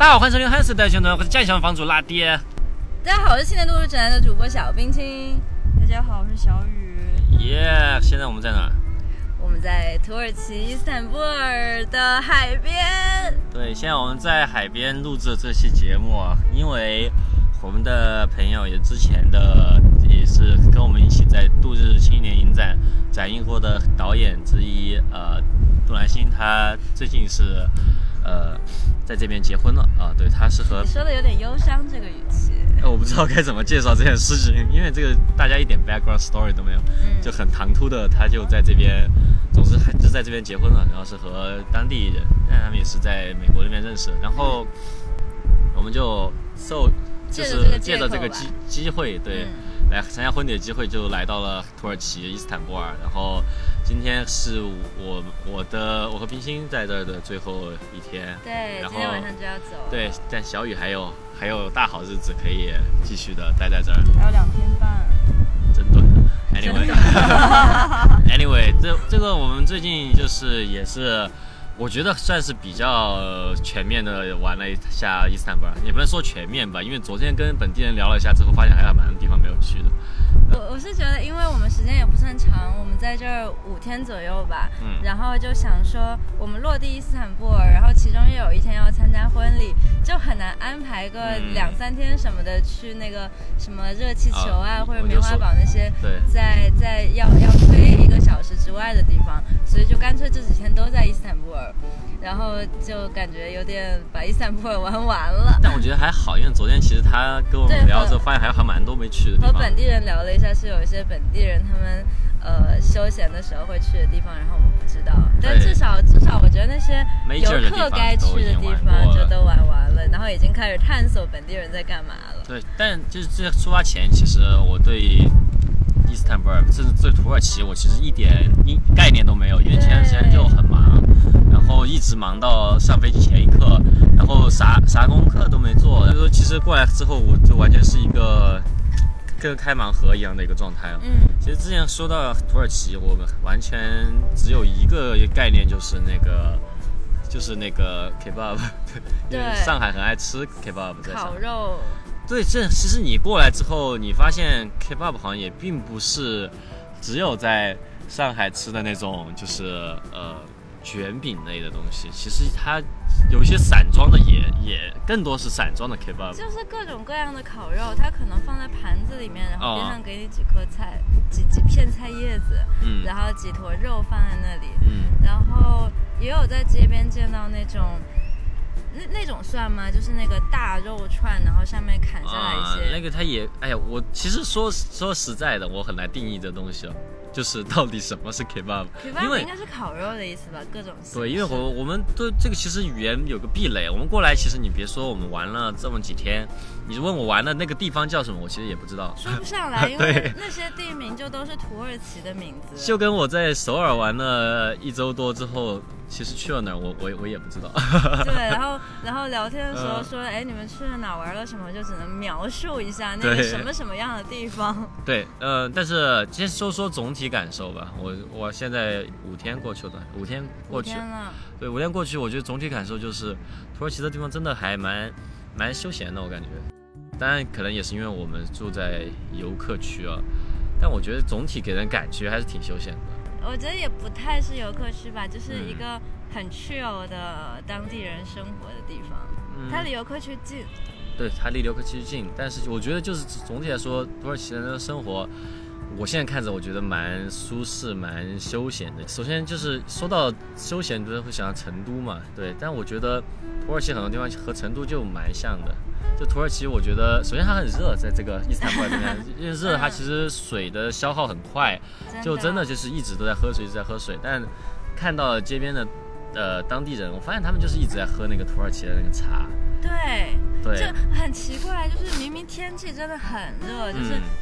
大家好，欢迎收听汉斯的宣传，我是家乡房主拉爹。 大家好，我是青年都市指南的主播小冰清。 大家好，我是小雨。 现在我们在哪？ 我们在土耳其伊斯坦布尔的海边。 对，现在我们在海边录制这期节目啊，因为我们的朋友也之前的也是跟我们一起在度日青年影展展映过的导演之一，杜兰辛，他最近是在这边结婚了啊，对，他是和你说的有点忧伤，这个语气。 我不知道该怎么介绍这件事情，因为这个大家一点 background story 都没有，就很唐突的，他就在这边，总之就在这边结婚了，然后是和当地人，但他们也是在美国那边认识，然后我们就就是借着这个机会，对，来参加婚礼的机会，就来到了土耳其伊斯坦布尔。然后今天是我和冰心在这儿的最后一天， 对，今天晚上就要走了。 对，但小雨还有大好日子可以继续的待在这儿， 还有2天半， 真短。Anyway， 这个我们最近就是也是。我觉得算是比较全面的玩了一下伊斯坦布尔，也不能说全面吧，因为昨天跟本地人聊了一下之后，发现还有蛮多地方没有去的。 我是觉得，因为我们时间也不算长，我们在这儿5天左右吧，然后就想说，我们落地伊斯坦布尔，然后其中又有1天要参加婚礼，就很难安排个2-3天什么的去那个什么热气球啊，或者棉花堡那些，在要飞1个小时之外的地方，所以就干脆这几天都在伊斯坦布尔。然后就感觉有点把伊斯坦布尔玩完了， 但我觉得还好，因为昨天其实他跟我们聊的时候，发现还有蛮多没去的地方。 和本地人聊了一下，是有一些本地人他们休闲的时候会去的地方，然后我们不知道。但至少我觉得那些游客该去的地方就都玩完了，然后已经开始探索本地人在干嘛了。 对，但就是这出发前，其实我对伊斯坦布尔甚至对土耳其，我其实一点概念都没有，因为前段时间就很忙，然后一直忙到上飞机前一刻，然后啥功课都没做。所以说，其实过来之后，我就完全是一个跟开盲盒一样的一个状态了。其实之前说到土耳其，我们完全只有一个概念，就是那个 kebab， 因为上海很爱吃 kebab， 烤肉。 对，其实你过来之后，你发现 kebab 好像也并不是只有在上海吃的那种，就是卷饼类的东西。其实它有一些散装的也更多是散装的 kebab， 就是各种各样的烤肉，它可能放在盘子里面，然后边上给你几颗菜，几片菜叶子，然后几坨肉放在那里，然后也有在街边见到那种。那种算吗？就是那个大肉串，然后上面砍下来一些。 那个它也，哎呀，我其实说实在的，我很难定义这东西哦。就是到底什么是 kebab？ 因为应该是烤肉的意思吧，各种形式。 对，因为我们对这个其实语言有个壁垒。我们过来，其实你别说我们玩了这么几天，你问我玩的那个地方叫什么，我其实也不知道， 说不上来，因为那些地名就都是土耳其的名字。 就跟我在首尔玩了1周多之后，其实去了哪儿，我也不知道。 对，然后聊天的时候说，你们去了哪玩了什么，就只能描述一下那个什么样的地方。对， 但是先说总体感受吧。我现在5天过去了，5天过去了。 对，5天过去，我觉得总体感受就是土耳其的地方真的还蛮休闲的，我感觉。当然，可能也是因为我们住在游客区啊，但我觉得总体给人感觉还是挺休闲的。 我觉得也不太是游客区吧，就是一个很 chill 的当地人生活的地方。它离游客区近。 对，它离游客区近，但是我觉得就是总体来说，土耳其人的生活。我现在看着，我觉得蛮舒适、蛮休闲的。首先就是说到休闲，就是会想到成都嘛，对。但我觉得土耳其很多地方和成都就蛮像的。就土耳其，我觉得首先它很热，在这个伊斯坦布尔这边，因为热，它其实水的消耗很快，就真的就是一直都在喝水，一直在喝水。但看到了街边的当地人，我发现他们就是一直在喝那个土耳其的那个茶。 对，就很奇怪，就是明明天气真的很热，就是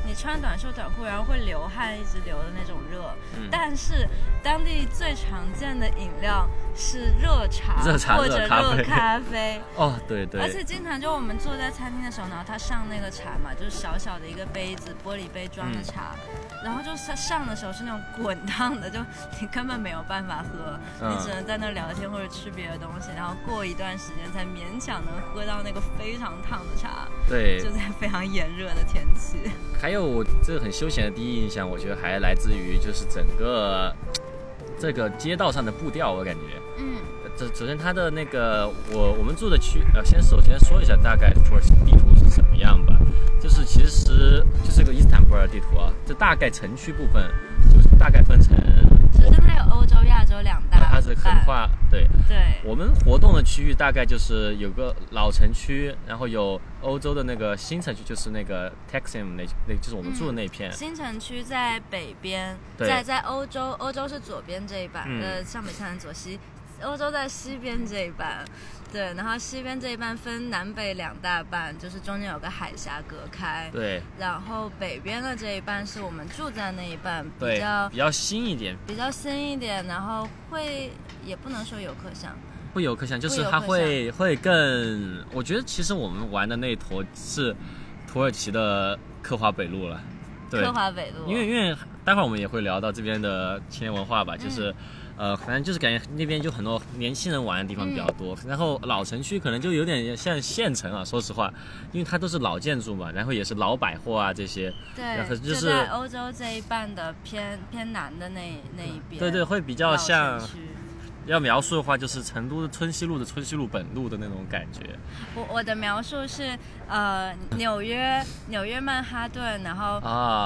你穿短袖短裤，然后会流汗，一直流的那种热。但是当地最常见的饮料是热茶或者热咖啡。 哦，对对。 而且经常就我们坐在餐厅的时候，然后他上那个茶嘛，就是小小的一个杯子，玻璃杯装的茶，然后就上的时候是那种滚烫的，就你根本没有办法喝，你只能在那聊天或者吃别的东西，然后过一段时间才勉强能喝到那个非常烫的茶。 对， 就在非常炎热的天气。 还有我这个很休闲的第一印象，我觉得还来自于就是整个这个街道上的步调，我感觉。首先它的那个我们住的区，首先说一下大概土耳其地图是什么样吧。就是其实就是个伊斯坦布尔地图啊，这大概城区部分就是大概分成。 首先它有欧洲、亚洲两大， 它是横跨对。我们活动的区域大概就是有个老城区，然后有欧洲的那个新城区，就是那个 Taksim 那就是我们住的那片。 新城区在北边，在欧洲是左边这一半，上北下南左西。欧洲在西边这一半，对，然后西边这一半分南北两大半，就是中间有个海峡隔开， 对。 然后北边的这一半是我们住在那一半， 比较新一点， 然后也不能说游客向， 不游客向，就是它会更，我觉得其实我们玩的那一坨是土耳其的科华北路了，对， 科华北路， 因为待会儿我们也会聊到这边的青年文化吧，就是。反正就是感觉那边就很多年轻人玩的地方比较多，然后老城区可能就有点像县城啊，说实话，因为它都是老建筑嘛，然后也是老百货啊这些。 对， 然后就是在欧洲这一半的偏南的那一边。对， 会比较像。要描述的话，就是成都的春熙路本路的那种感觉。 我的描述是，纽约曼哈顿，然后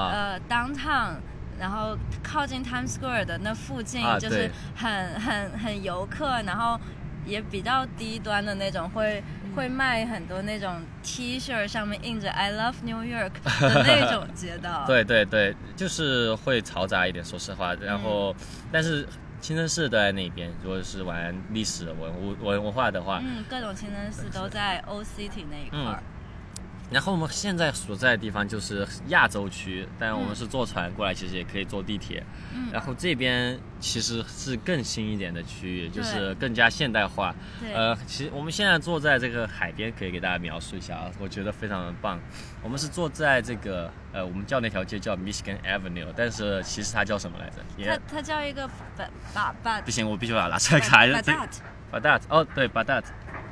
downtown。然后靠近 Times Square 的那附近，就是很游客，然后也比较低端的那种，会卖很多那种 T 恤，上面印着 I Love New York 的那种街道。 对，就是会嘈杂一点，说实话。然后，但是清真寺都在那边，如果是玩历史文化的话， 各种清真寺都在 Old City 那一块。 然后我们现在所在的地方就是亚洲区，但我们是坐船过来，其实也可以坐地铁。然后这边其实是更新一点的区域，就是更加现代化。其实我们现在坐在这个海边，可以给大家描述一下啊，我觉得非常的棒。我们是坐在这个我们叫那条街叫 Michigan Avenue， 但是其实它叫什么来着？ 它叫一个不行，我必须把它拿出来看。Baghdad 哦，对 Baghdad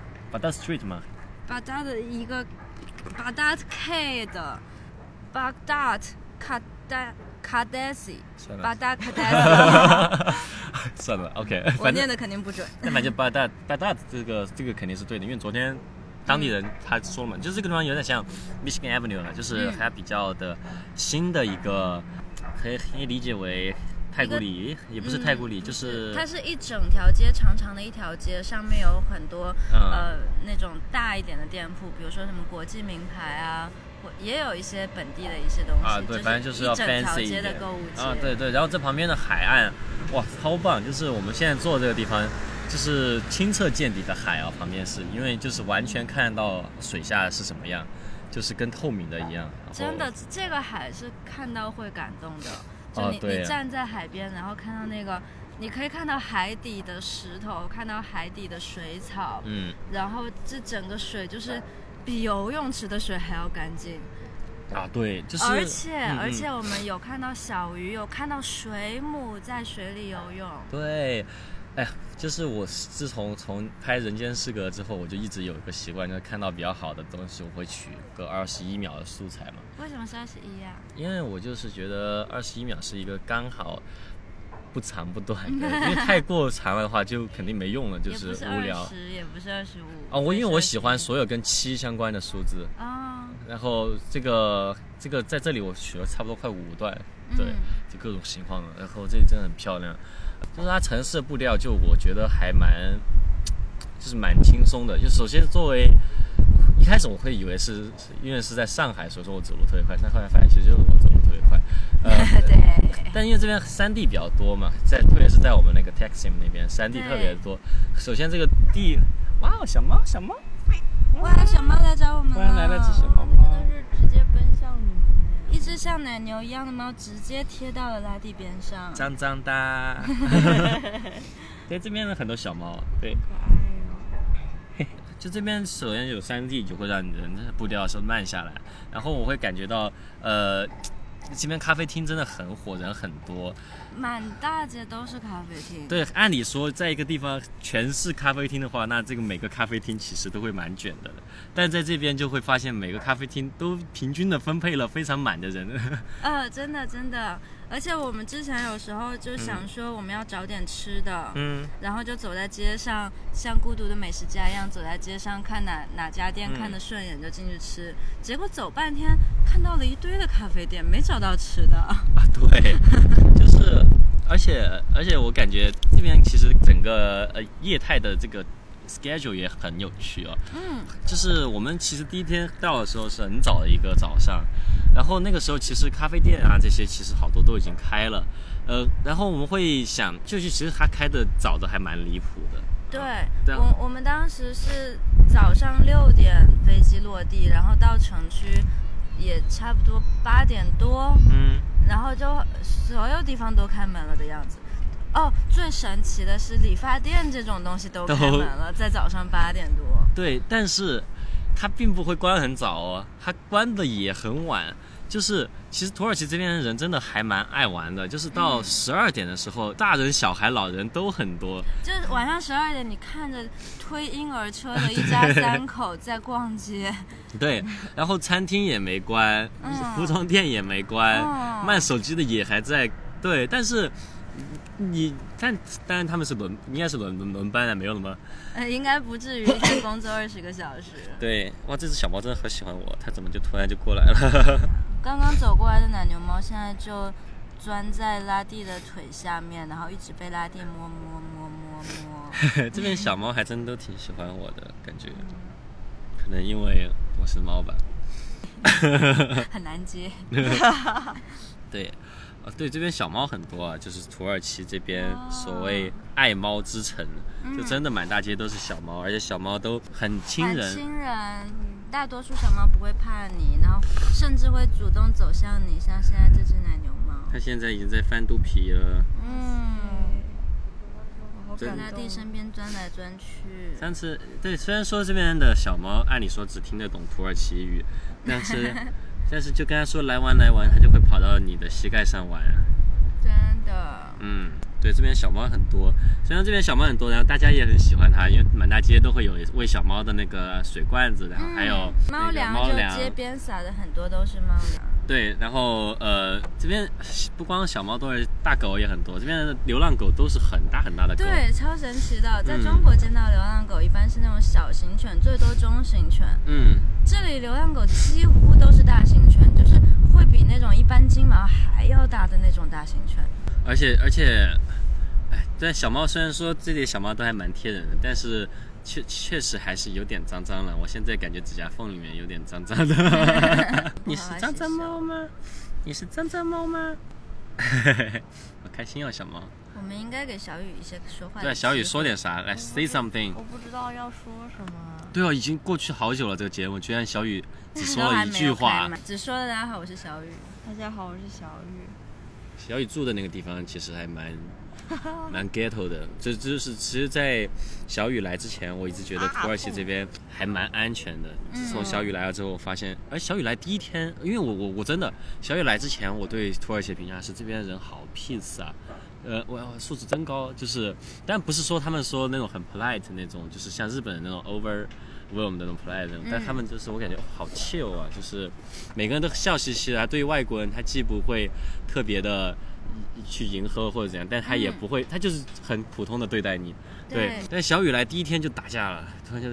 Street 嘛。 Baghdad 的一个。Baghdad K 的 Baghdad Kadesi， Baghdad Kadesi 算了 OK， 我念的肯定不准。 但反正 Baghdad 这个肯定是对的，因为昨天当地人他说了嘛，就是这个地方有点像 Michigan Avenue 了，就是还比较的新的一个，可以理解为太古里，也不是太古里，就是它是一整条街，长长的一条街，上面有很多那种大一点的店铺，比如说什么国际名牌啊，也有一些本地的一些东西啊，对，反正就是要 fancy 一点的购物街啊，对，然后这旁边的海岸，哇，超棒！就是我们现在坐这个地方，就是清澈见底的海啊，旁边是因为就是完全看到水下是什么样，就是跟透明的一样。 真的，这个海是看到会感动的。就你站在海边，然后看到那个，你可以看到海底的石头，看到海底的水草，然后这整个水就是比游泳池的水还要干净啊！对，就是而且我们有看到小鱼，有看到水母在水里游泳。 对，哎呀，就是我自从拍《人间失格》之后，我就一直有一个习惯，就是看到比较好的东西，我会取个21秒的素材嘛。 为什么是21呀？ 因为我就是觉得21秒是一个刚好不长不短的，因为太过长的话就肯定没用了，就是无聊。 也不是25 啊，因为我喜欢所有跟7相关的数字啊。然后这个在这里我取了差不多快5段，对，就各种情况了。然后这里真的很漂亮。就是它城市的步调，就我觉得还蛮轻松的。就首先作为一开始我会以为是因为是在上海，所以说我走路特别快，但后来发现其实就是我走路特别快。 对。但因为这边山地比较多嘛，特别是在我们那个 Taksim 那边，山地特别多。首先这个地，哇，小猫， 哇，小猫来找我们了。 突然来了只小猫猫。 真的是直接奔向你们。 一只像奶牛一样的猫直接贴到了拉蒂边上， 脏脏的。对，这边有很多小猫，对， 可爱哦。 就这边首先有3D，就会让你人的步调稍慢下来，然后我会感觉到，这边咖啡厅真的很火，人很多， 满大街都是咖啡厅。 对，按理说在一个地方全是咖啡厅的话，那这个每个咖啡厅其实都会蛮卷的，但在这边就会发现每个咖啡厅都平均的分配了非常满的人。 真的真的，而且我们之前有时候就想说我们要找点吃的，然后就走在街上，像孤独的美食家一样走在街上，看哪家店看得顺眼就进去吃，结果走半天看到了一堆的咖啡店，没找到吃的。 对，就是，而且我感觉这边其实整个业态的这个 schedule 也很有趣哦。就是我们其实第一天到的时候是很早的一个早上，然后那个时候其实咖啡店啊这些其实好多都已经开了，然后我们会想，就是其实它开的早的还蛮离谱的。 对，我们当时是早上6点飞机落地，然后到城区也差不多8点多，然后就所有地方都开门了的样子。最神奇的是理发店这种东西都开门了，在早上8点多。 对，但是它并不会关很早哦，它关的也很晚。就是其实土耳其这边的人真的还蛮爱玩的，就是到12点的时候，大人小孩老人都很多。 就是晚上12点，你看着推婴儿车的一家3口在逛街。对， 然后餐厅也没关，服装店也没关，卖手机的也还在。对，但是当然他们是应该是轮班的，没有了吗？ 应该不至于一天工作20个小时。 对，哇，这只小猫真的很喜欢我，它怎么就突然就过来了？ 刚刚走过来的奶牛猫现在就钻在拉蒂的腿下面，然后一直被拉蒂摸。 这边小猫还真都挺喜欢我的感觉，可能因为我是猫吧。 很难接。 对。对，这边小猫很多啊，就是土耳其这边所谓爱猫之城，就真的满大街都是小猫，而且小猫都很亲人。 很亲人，大多数小猫不会怕你，然后甚至会主动走向你，像现在这只奶牛猫。 它现在已经在翻肚皮了。 在拉蒂身边钻来钻去。 上次对，虽然说这边的小猫按理说只听得懂土耳其语，但是就跟他说来玩，他就会跑到你的膝盖上玩。 真的。 对，这边小猫很多，虽然这边小猫很多，然后大家也很喜欢它，因为满大街都会有喂小猫的那个水罐子，然后还有猫粮，就街边撒的很多都是猫粮。 对，然后这边不光小猫多，大狗也很多，这边的流浪狗都是很大很大的狗。 对，超神奇的，在中国见到流浪狗一般是那种小型犬，最多中型犬。这里流浪狗几乎都是大型犬，就是会比那种一般金毛还要大的那种大型犬。 而且，但小猫虽然说这里小猫都还蛮贴人的，但是确实还是有点脏脏了。我现在感觉指甲缝里面有点脏脏的。你是脏脏猫吗？你是脏脏猫吗？好开心哦，小猫。 我们应该给小雨一些说话的。 对，小雨说点啥？来 say something。 我不知道要说什么。 对哦，已经过去好久了，这个节目居然小雨只说了一句话， 只说了大家好，我是小雨。 大家好，我是小雨。 小雨住的那个地方其实还蛮 ghetto 的，就是其实在小雨来之前，我一直觉得土耳其这边还蛮安全的。自从小雨来了之后，我发现，小雨来第一天，因为我真的小雨来之前，我对土耳其的评价是这边的人好 peace 啊，我素质真高，就是但不是说他们说那种很 polite 那种，就是像日本人那种 overwhelm 那种 polite 那种，但他们就是我感觉好 chill 啊，就是每个人都笑嘻嘻的，对于外国人他既不会特别的去迎合或者怎样，但他也不会，他就是很普通的对待你。对，但小雨来第一天就打架了，突然就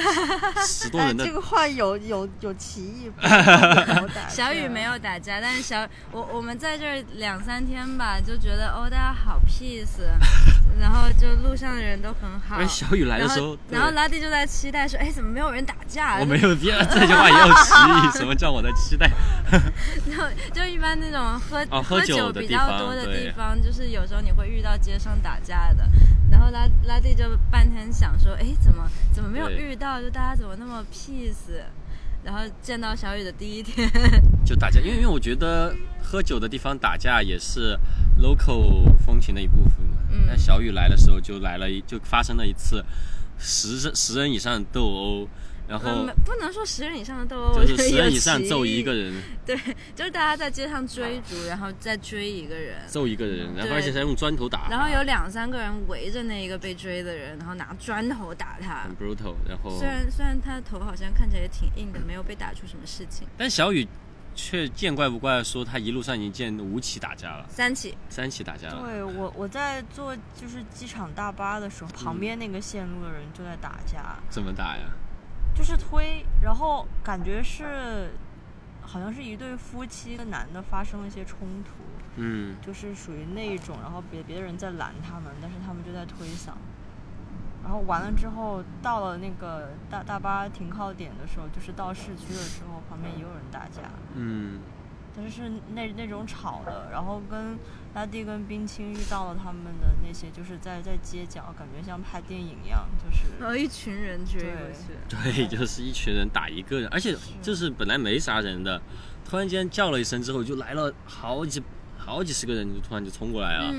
10多人的。 这个话有歧义。 小雨没有打架，但是我们在这儿2-3天吧，就觉得大家好 peace， 然后就路上的人都很好。 小雨来的时候， 然后拉蒂就在期待说，怎么没有人打架？ 我没有，这句话也有歧义，什么叫我在期待？ 然后就一般那种喝酒比较多的地方，就是有时候你会遇到街上打架的。然后拉蒂就半天想说，怎么没有遇到？就大家怎么那么 peace？ 然后见到小雨的第一天就打架，因为我觉得喝酒的地方打架也是 local 风情的一部分嘛。但小雨来的时候就发生了一次10人以上的斗殴。然后不能说10人以上的斗殴， 就是10人以上揍一个人。 对，就是大家在街上追逐，然后再追一个人， 揍一个人，然后而且是用砖头打。 然后有2-3个人围着那一个被追的人，然后拿砖头打他， 很 brutal。然后虽然他的头好像看起来也挺硬的，没有被打出什么事情。 但小雨却见怪不怪，说他一路上已经见5起打架了，3起打架了。 对，我在坐就是机场大巴的时候，旁边那个线路的人就在打架。 怎么打呀？ 就是推，然后感觉是好像是一对夫妻，一个男的发生了一些冲突，就是属于那一种，然后别的人在拦他们，但是他们就在推搡，然后完了之后到了那个大巴停靠点的时候，就是到市区的时候，旁边也有人打架，但是那种吵的，然后跟拉蒂跟冰清遇到了他们的那些，就是在街角，感觉像拍电影一样，就是一群人追过去， 对，就是一群人打一个人，而且就是本来没啥人的，突然间叫了一声之后，就来了好几十个人，就突然就冲过来了。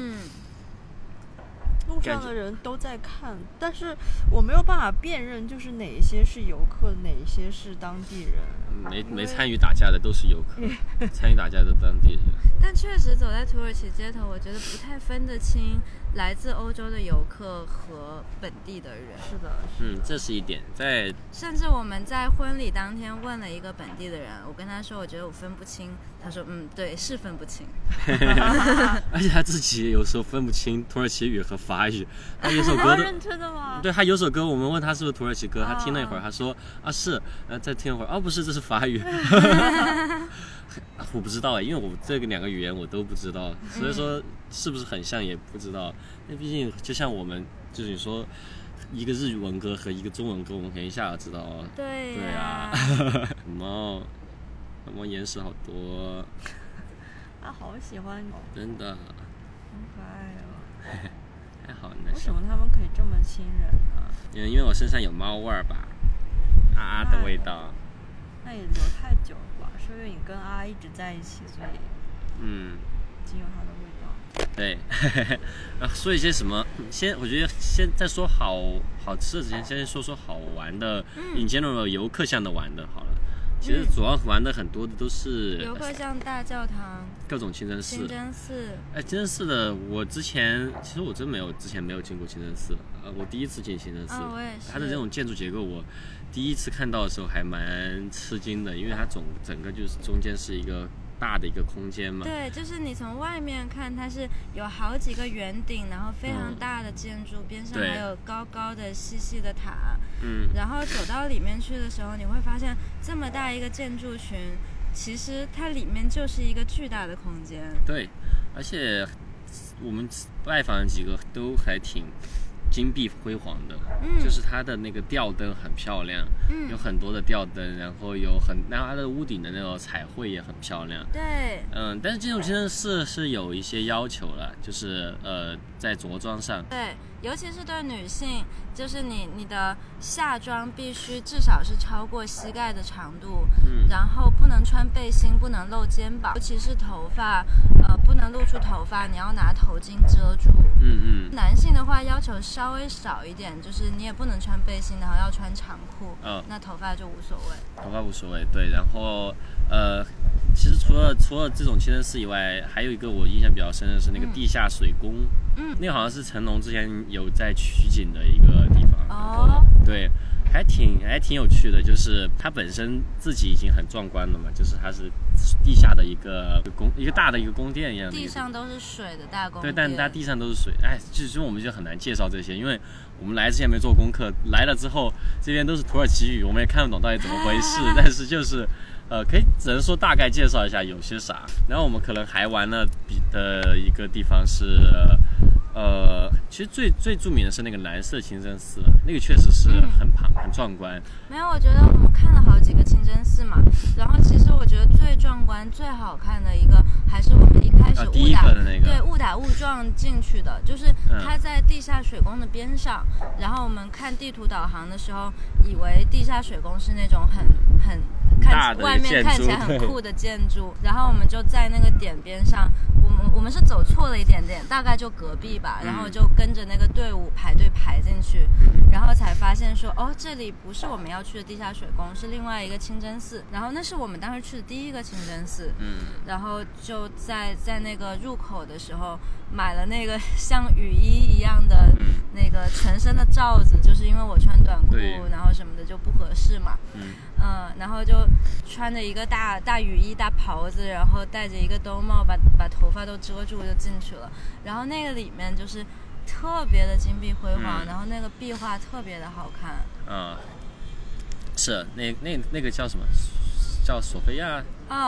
路上的人都在看，但是我没有办法辨认，就是哪一些是游客，哪一些是当地人。 没参与打架的都是游客，参与打架的当地人。 但确实走在土耳其街头，我觉得不太分得清来自欧洲的游客和本地的人。 是的， 这是一点。 甚至我们在婚礼当天问了一个本地的人，我跟他说我觉得我分不清，他说对，是分不清。 而且他自己有时候分不清土耳其语和法语。他有首歌认真的吗？ 对，他有首歌，我们问他是不是土耳其歌，他听了一会儿，他说是，再听一会儿，不是，这是法语。我不知道因为我这2个语言我都不知道，所以说是不是很像也不知道。那毕竟就像我们就是你说一个日语文歌和一个中文歌，我们可以一下就知道。 对啊，什么岩石好多。 好喜欢你， 真的， 很可爱哦。 还好呢。 为什么他们可以这么亲人呢？ 因为我身上有猫味儿吧，的味道。 那也留太久了吧？是因为你跟一直在一起，所以已经有它的味道。 对，说一些什么？我觉得先在说好吃的之前，先说好玩的，in general 游客向的玩的好了。其实主要玩的很多的都是游客像大教堂、 各种清真寺。清真寺的，其实我之前没有进过清真寺，我第一次进清真寺。 我也是。 它的这种建筑结构，我第一次看到的时候还蛮吃惊的，因为它整个就是中间是一个大的一个空间嘛。 对，就是你从外面看，它是有好几个圆顶，然后非常大的建筑，边上还有高高的细细的塔。然后走到里面去的时候，你会发现这么大一个建筑群，其实它里面就是一个巨大的空间。 对，而且我们拜访的几个都还挺金碧辉煌的，就是它的那个吊灯很漂亮，有很多的吊灯，然后它的屋顶的那种彩绘也很漂亮。 对， 但是这种清真寺是有一些要求了，就是在着装上。 对，尤其是对女性，就是你的下装必须至少是超过膝盖的长度，然后不能穿背心，不能露肩膀，尤其是头发，不能露出头发，你要拿头巾遮住。男性的话要求稍微少一点，就是你也不能穿背心，然后要穿长裤，那头发就无所谓。 头发无所谓，对。然后其实除了这种清真寺以外，还有一个我印象比较深的是那个地下水宫，那个好像是成龙之前有在取景的一个地方。对，还挺有趣的，就是它本身自己已经很壮观了嘛，就是它是地下的一个大的一个宫殿一样的， 地上都是水的大宫殿。 对，但它地上都是水，其实我们就很难介绍这些，因为我们来之前没做功课，来了之后这边都是土耳其语，我们也看不懂到底怎么回事，但是就是只能说大概介绍一下有些啥。然后我们可能还玩了的一个地方是其实最著名的是那个蓝色清真寺，那个确实是很壮观。 没有，我觉得我们看了好几个清真寺嘛，然后其实我觉得最壮观、最好看的一个还是我们一开始误打误撞进去的，就是它在地下水宫的边上，然后我们看地图导航的时候，以为地下水宫是那种很外面看起来很酷的建筑，然后我们就在那个点边上，我们是走错了一点点，大概就隔壁吧，然后就跟着那个队伍排队排进去，然后才发现说这里不是我们要去的地下水宫，是另外一个清真寺，然后那是我们当时去的第一个清真寺，然后就在那个入口的时候买了那个像雨衣一样的那个全身的罩子，就是因为我穿短裤然后什么的就不合适嘛，然后就穿着一个大雨衣大袍子，然后戴着一个兜帽，把头发都遮住就进去了，然后那个里面就是特别的金碧辉煌，然后那个壁画特别的好看。 是那个叫什么？叫索菲亚？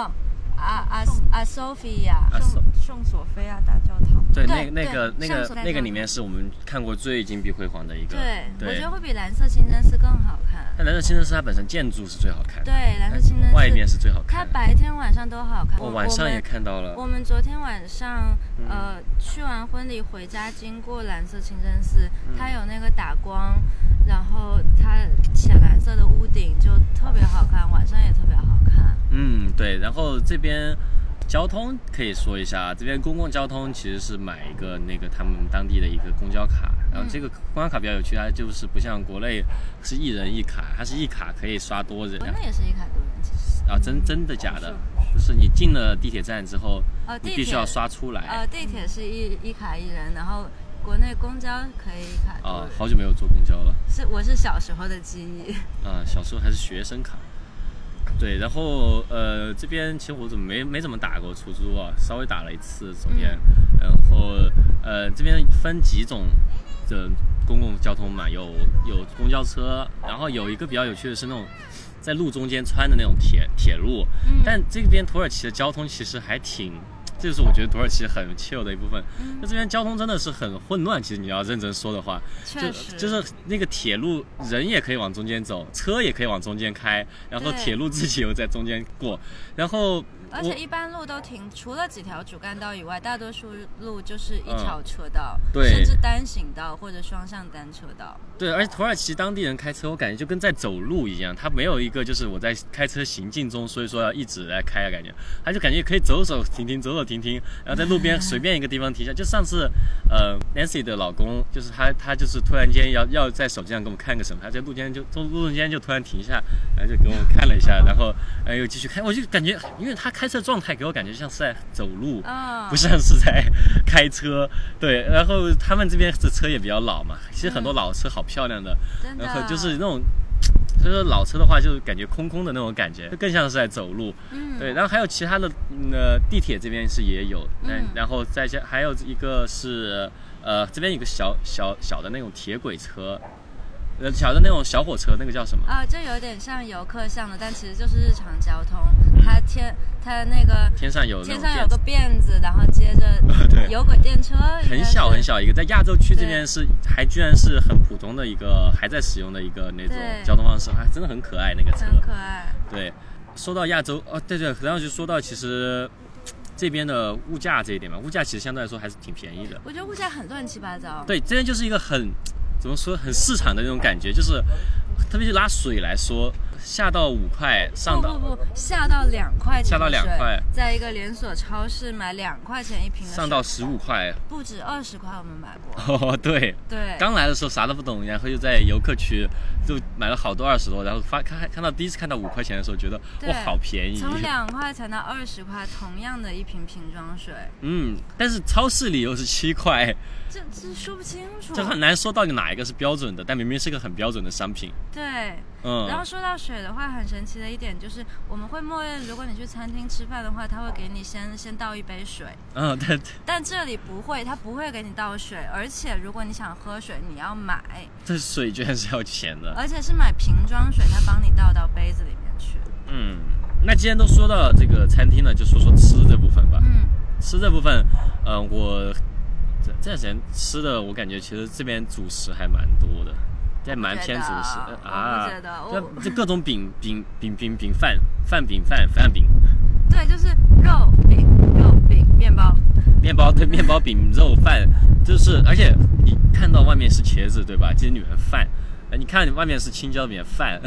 索菲亚， 圣索菲亚大教堂。 对，那个里面是我们看过最金碧辉煌的一个。 对，我觉得会比蓝色清真寺更好看。 但蓝色清真寺它本身建筑是最好看的。 对，蓝色清真寺外面是最好看的。 它白天晚上都好看。 我晚上也看到了。 我们昨天晚上去完婚礼回家，经过蓝色清真寺，它有那个打光，然后它浅蓝色的屋顶就特别好看，晚上也特别好看。 对，然后这边交通可以说一下，这边公共交通其实是买一个那个他们当地的一个公交卡，然后这个公交卡比较有趣，它就是不像国内是一人一卡，它是一卡可以刷多人。 国内也是一卡多人，其实。 真的假的？就是你进了地铁站之后，你必须要刷出来。 地铁是一卡一人，然后国内公交可以一卡多人。 好久没有坐公交了。 我是小时候的记忆。 小时候还是学生卡。对，然后这边其实我没怎么打过出租啊，稍微打了一次昨天，然后这边分几种的公共交通嘛，有公交车，然后有一个比较有趣的是那种在路中间穿的那种铁路，但这边土耳其的交通其实还挺。这就是我觉得土耳其很 chill 的一部分。那这边交通真的是很混乱，其实你要认真说的话，就是那个铁路人也可以往中间走，车也可以往中间开，然后铁路自己又在中间过，然后而且一般路都停，除了几条主干道以外，大多数路就是一条车道，甚至单行道或者双向单车道。 对，而且土耳其当地人开车，我感觉就跟在走路一样，他没有一个就是我在开车行进中，所以说要一直来开感觉，他就感觉可以走走停停，走走停停，然后在路边随便一个地方停下。就上次Nancy 的老公，就是他就是突然间要在手机上给我们看个什么，他在路中间就突然停下，然后就给我们看了一下，然后又继续开，我就感觉因为他开车状态给我感觉像是在走路，不像是在开车。对，然后他们这边的车也比较老嘛，其实很多老车好漂亮的，然后就是那种，就是老车的话就感觉空空的那种感觉，就更像是在走路。对，然后还有其他的地铁这边是也有，然后再加还有一个是这边有个小的那种铁轨车。小的那种小火车，那个叫什么？ 这有点像游客向的，但其实就是日常交通。它那个天上有个辫子，然后接着有轨电车， 很小一个，在亚洲区这边还居然是很普通的一个还在使用的一个那种交通方式，还真的很可爱那个车， 很可爱。 对，说到亚洲对，然后就说到其实这边的物价这一点嘛，物价其实相对来说还是挺便宜的。 我觉得物价很乱七八糟。 对，这边就是一个怎么说很市场的那种感觉，就是特别是拿水来说，下到5块，上到不下到2块钱， 下到2块， 在一个连锁超市买2块钱一瓶的水， 上到15块， 不止20块，我们买过。 对，刚来的时候啥都不懂，然后又在游客区就买了好多20多，然后第一次看到5块钱的时候，觉得哇好便宜， 从2块钱到20块，同样的一瓶瓶装水。 但是超市里又是7块， 这说不清楚， 这很难说到底哪一个是标准的，但明明是个很标准的商品。 对，然后说到水的话，很神奇的一点就是我们会默认，如果你去餐厅吃饭的话，他会给你先倒一杯水。 对。 但这里不会，他不会给你倒水，而且如果你想喝水，你要买。 这水居然是要钱的， 而且是买瓶装水，他帮你倒到杯子里面去。 那既然都说到这个餐厅了，就说说吃这部分吧。吃这部分，我这段时间吃的，我感觉其实这边主食还蛮多的。在蛮偏主食就各种饼饭饼。 对，就是肉饼面包对，面包饼肉饭，就是而且你看到外面是茄子对吧？这是里面饭，你看外面是青椒里面饭，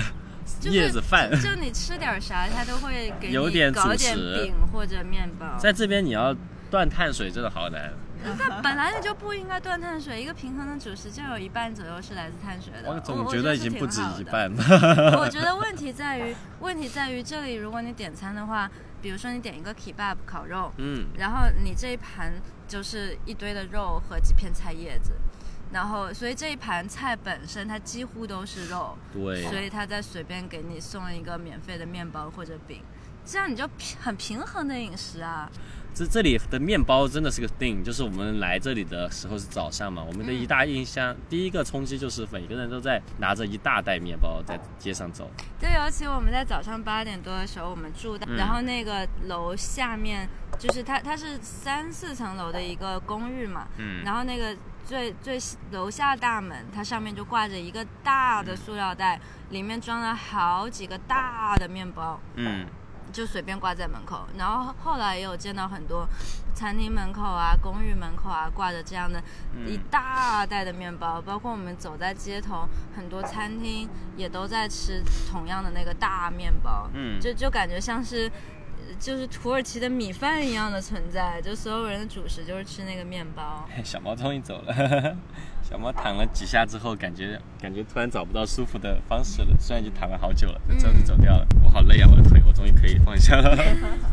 叶子饭， 就你吃点啥，他都会给有点你搞点饼或者面包。 在这边你要断碳水真的好难。 那本来你就不应该断碳水，一个平衡的主食就有一半左右是来自碳水的。 我总觉得已经不止一半了。 我觉得问题在于这里，如果你点餐的话，比如说你点一个 kebab 烤肉，然后你这一盘就是一堆的肉和几片菜叶子。然后，所以这一盘菜本身它几乎都是肉， 对， 所以他再随便给你送一个免费的面包或者饼，这样你就很平衡的饮食啊。 这里的面包真的是个 thing， 就是我们来这里的时候是早上嘛，我们的一大印象，第一个冲击就是每个人都在拿着一大袋面包在街上走。 对，尤其我们在早上8点多的时候，我们住的，然后那个楼下面就是它是3、4层楼的一个公寓嘛，然后那个最楼下大门，它上面就挂着一个大的塑料袋，里面装了好几个大的面包，就随便挂在门口。然后后来也有见到很多餐厅门口啊、公寓门口啊挂着这样的一大袋的面包，包括我们走在街头，很多餐厅也都在吃同样的那个大面包，就感觉像是就是土耳其的米饭一样的存在，就所有人的主食就是吃那个面包。 小猫终于走了，小猫躺了几下之后，感觉突然找不到舒服的方式了，虽然已经躺了好久了，这样子走掉了，我好累啊，我的腿，我终于可以放下了。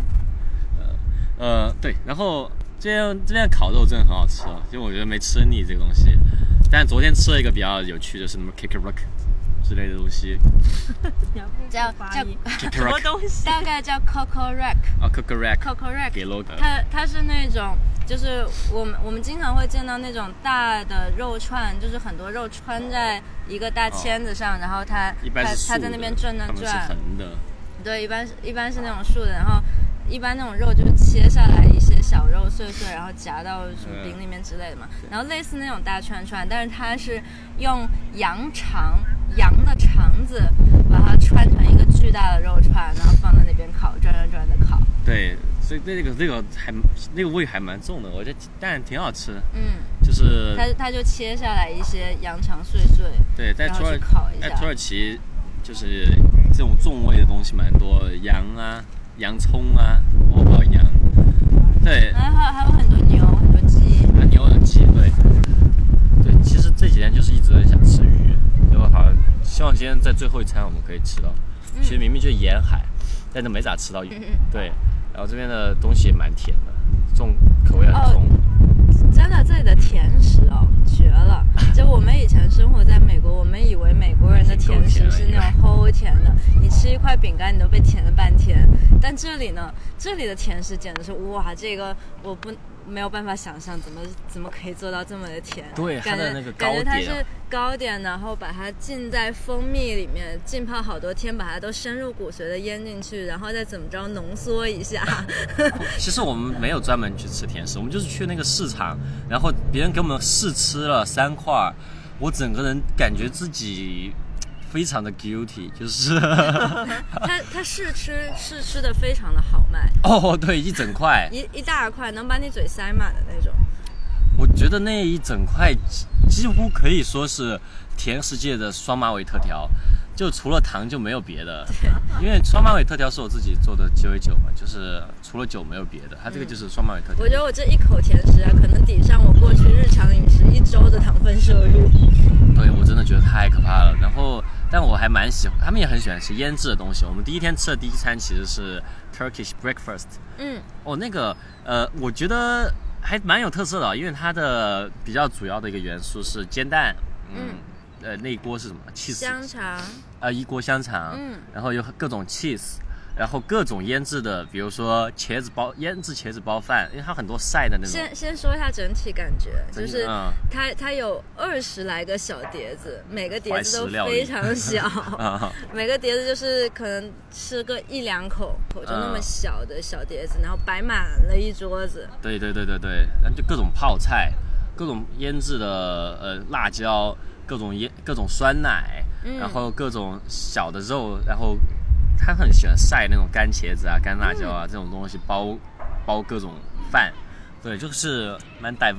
对，然后这边烤肉真的很好吃哦，就我觉得没吃腻这个东西。但昨天吃了一个比较有趣的是什么 Kikiruk 之类的东西， 叫什么东西？ 大概叫 Coco Rack。 Coco Rack 给 logo。 它是那种，就是我们经常会见到那种大的肉串，就是很多肉穿在一个大签子上，然后它在那边转。 它们是横的。 对，一般是那种竖的，然后一般那种肉就是切下来一些小肉碎碎，然后夹到什么饼里面之类的嘛。然后类似那种大串串，但是它是用羊的肠子把它穿成一个巨大的肉串，然后放在那边烤，转的烤。 对，所以那个味还蛮重的，我觉得但挺好吃的。就是它就切下来一些羊肠碎碎。 对，在土耳其就是这种重味的东西蛮多，羊啊、洋葱啊、羊。对， 还有很多牛、很多鸡。 牛有鸡，对。其实这几天就是一直很想吃鱼，结果好像希望今天在最后一餐我们可以吃到。其实明明就是沿海，但都没咋吃到鱼。对，然后这边的东西也蛮甜的，口味很重。 真的，这里的甜食绝了！就我们以前生活在美国，我们以为美国人的甜食是那种齁甜的，你吃一块饼干你都被甜了半天。但这里呢，这里的甜食简直是哇，这个我没有办法想象怎么可以做到这么的甜。 对，它的那个糕点， 感觉它是糕点，然后把它浸在蜂蜜里面浸泡好多天，把它都深入骨髓的腌进去，然后再怎么着浓缩一下。 其实我们没有专门去吃甜食，我们就是去那个市场，然后别人给我们试吃了3块，我整个人感觉自己非常的 guilty， 就是他试吃的非常的好卖对，一整块一大块能把你嘴塞满的那种。 我觉得那一整块几乎可以说是甜食界的双马尾特调，就除了糖就没有别的。因为双马尾特调是我自己做的鸡尾酒嘛，就是除了酒没有别的，它这个就是双马尾特调。 我觉得我这一口甜食啊，可能抵上我过去日常饮食1周的糖分摄入。 对，我真的觉得太可怕了。然后但我还蛮喜欢，他们也很喜欢吃腌制的东西。我们第一天吃的第一餐其实是 Turkish breakfast。那个我觉得还蛮有特色的，因为它的比较主要的一个元素是煎蛋。那一锅是什么 ？cheese 香肠。 一锅香肠。然后有各种 cheese。然后各种腌制的，比如说腌制茄子包饭，因为它很多晒的那种。 先说一下整体感觉，就是它有20来个小碟子，每个碟子都非常小，每个碟子就是可能吃个1-2口，就那么小的小碟子，然后摆满了一桌子。 对，然后就各种泡菜，各种腌制的辣椒，各种酸奶，然后各种小的肉，然后。他很喜欢晒那种干茄子啊、干辣椒啊这种东西包各种饭，对，就是蛮 diverse。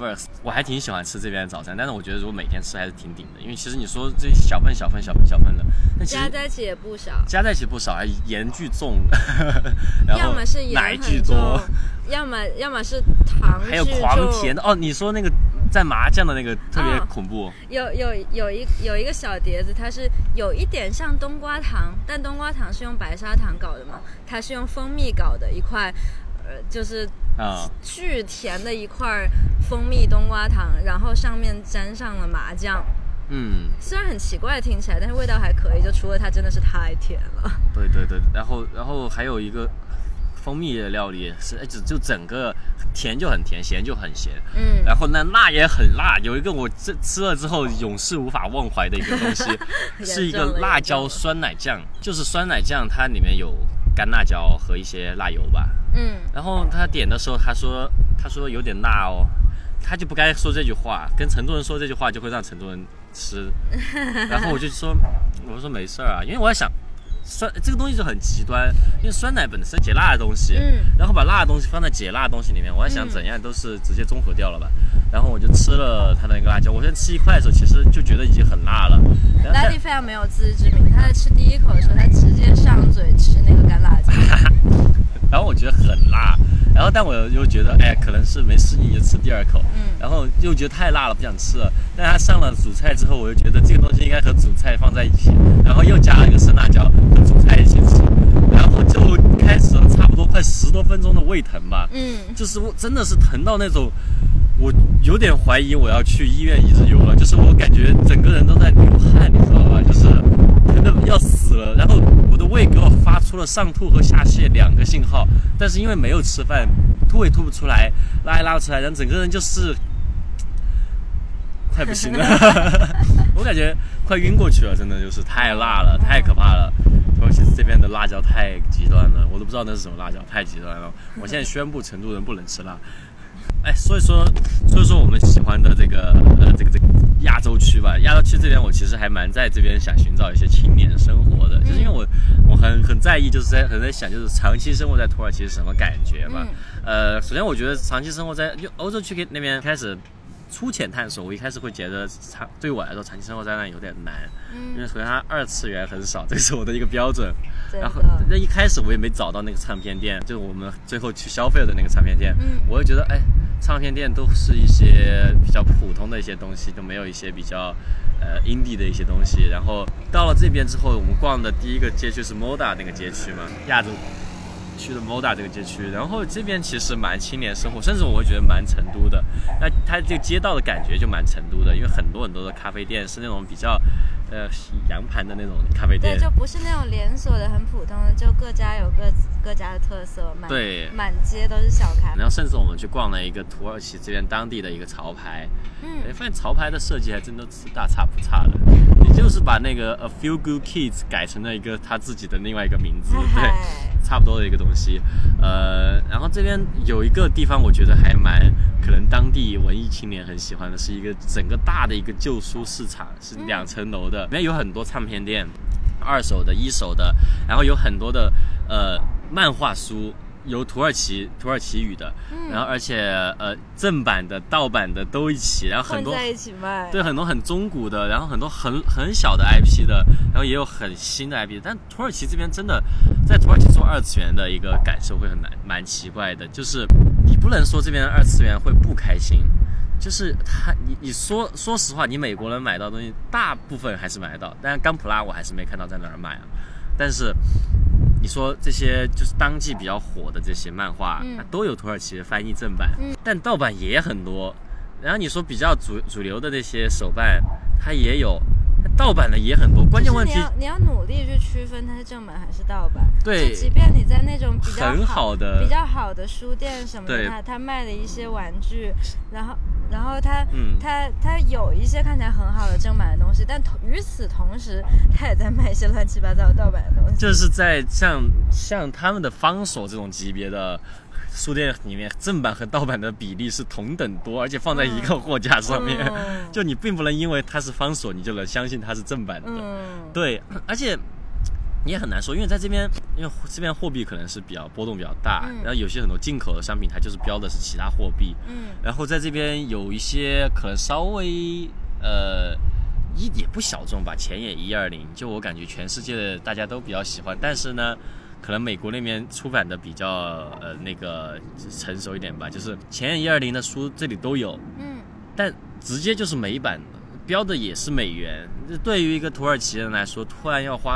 我还挺喜欢吃这边的早餐，但是我觉得如果每天吃还是挺顶的，因为其实你说这小份的，但其实加在一起也不少， 还盐巨重，然后要么是盐奶巨很重多， 要么是糖巨重， 还有狂甜的哦。你说那个蘸麻酱的那个特别恐怖， 有一个小碟子，它是有一点像冬瓜糖，但冬瓜糖是用白砂糖搞的嘛，它是用蜂蜜搞的一块，就是巨甜的一块蜂蜜冬瓜糖，然后上面沾上了麻酱。虽然很奇怪听起来，但是味道还可以，就除了它真的是太甜了。 对，然后还有一个蜂蜜的料理是，就整个甜就很甜，咸就很咸，然后呢辣也很辣。有一个我吃了之后永世无法忘怀的一个东西，是一个辣椒酸奶酱，就是酸奶酱它里面有干辣椒和一些辣油吧。然后他点的时候他说有点辣哦，他就不该说这句话，跟成都人说这句话就会让成都人吃。然后我说没事啊，因为我在想。这个东西就很极端，因为酸奶本身解辣的东西，然后把辣的东西放在解辣的东西里面，我在想怎样都是直接中和掉了吧。然后我就吃了它的那个辣椒，我现在吃一块的时候，其实就觉得已经很辣了。 拉蒂非常没有自知之明，他在吃第一口的时候，他直接上嘴吃那个干辣椒， 然后我觉得很辣，然后但我又觉得可能是没适应，就吃第二口，然后又觉得太辣了，不想吃了。但他上了主菜之后，我就觉得这个东西应该和主菜放在一起，然后又加了一个生辣椒和主菜一起吃，然后就开始了差不多快10多分钟的胃疼吧。就是我真的是疼到那种，我有点怀疑我要去医院一日游了，就是我感觉整个人都在流汗，你知道吧？就是疼得要死了，然后我的胃给我发出了上吐和下泻2个信号，但是因为没有吃饭，吐也吐不出来，拉也拉不出来，然后整个人就是快不行了，我感觉快晕过去了，真的就是太辣了，太可怕了。土耳其这边的辣椒太极端了，我都不知道那是什么辣椒，太极端了。我现在宣布成都人不能吃辣。所以说我们喜欢的这个亚洲区吧，亚洲区这边我其实还蛮在这边想寻找一些青年生活的，就是因为我很在意，就是在想，就是长期生活在土耳其是什么感觉嘛。首先我觉得长期生活在欧洲区那边开始粗浅探索，我一开始会觉得对我来说长期生活在那有点难，因为首先它2次元很少，这是我的一个标准。然后那一开始我也没找到那个唱片店，就是我们最后去消费的那个唱片店，我就觉得唱片店都是一些比较普通的一些东西，都没有一些比较indie 的一些东西。然后到了这边之后，我们逛的第一个街区是 Moda 那个街区嘛，亚洲区的 Moda 这个街区，然后这边其实蛮青年生活，甚至我会觉得蛮成都的。那它这个街道的感觉就蛮成都的，因为很多的咖啡店是那种比较洋盘的那种咖啡店， 对，就不是那种连锁的很普通的，就各家有各家的特色， 对， 满街都是小咖啡。 然后甚至我们去逛了一个土耳其这边当地的一个潮牌，发现潮牌的设计还真都大差不差的，也就是把那个 A Few Good Kids 改成了一个他自己的另外一个名字，对，差不多的一个东西。然后这边有一个地方我觉得还蛮可能当地文艺青年很喜欢的，是一个整个大的一个旧书市场，是2层楼的，里面有很多唱片店，2手的、1手的，然后有很多的漫画书，有土耳其语的，然后而且正版的、盗版的都一起，然后很多混在一起卖， 对，很多很中古的，然后很多很小的 IP 的，然后也有很新的 IP 的。但土耳其这边真的，在土耳其做2次元的一个感受会蛮奇怪的，就是你不能说这边的2次元会不开心。就是你说实话，你美国人买到的东西大部分还是买得到，但是钢普拉我还是没看到在哪儿买啊。但是你说这些就是当季比较火的这些漫画，它都有土耳其的翻译正版，但盗版也很多。然后你说比较主流的那些手办，它也有。盗版的也很多，关键问题你要努力去区分它是正版还是盗版。 对， 就即便你在那种比较很好的、 比较好的书店什么的，他卖的一些玩具，然后他有一些看起来很好的正版的东西，但与此同时，他也在卖一些乱七八糟的盗版的东西。 就是在像他们的方所这种级别的书店里面，正版和盗版的比例是同等多，而且放在一个货架上面，就你并不能因为它是方所，你就能相信它是正版的。对，而且你也很难说，因为在这边，因为这边货币可能是比较波动比较大，然后有些很多进口的商品它就是标的是其他货币，然后在这边有一些可能稍微也不小众吧，钱也120，就我感觉全世界的大家都比较喜欢，但是呢，可能美国那边出版的比较那个成熟一点吧，就是钱也120的书这里都有，但直接就是美版的。标的也是美元，对于一个土耳其人来说，突然要花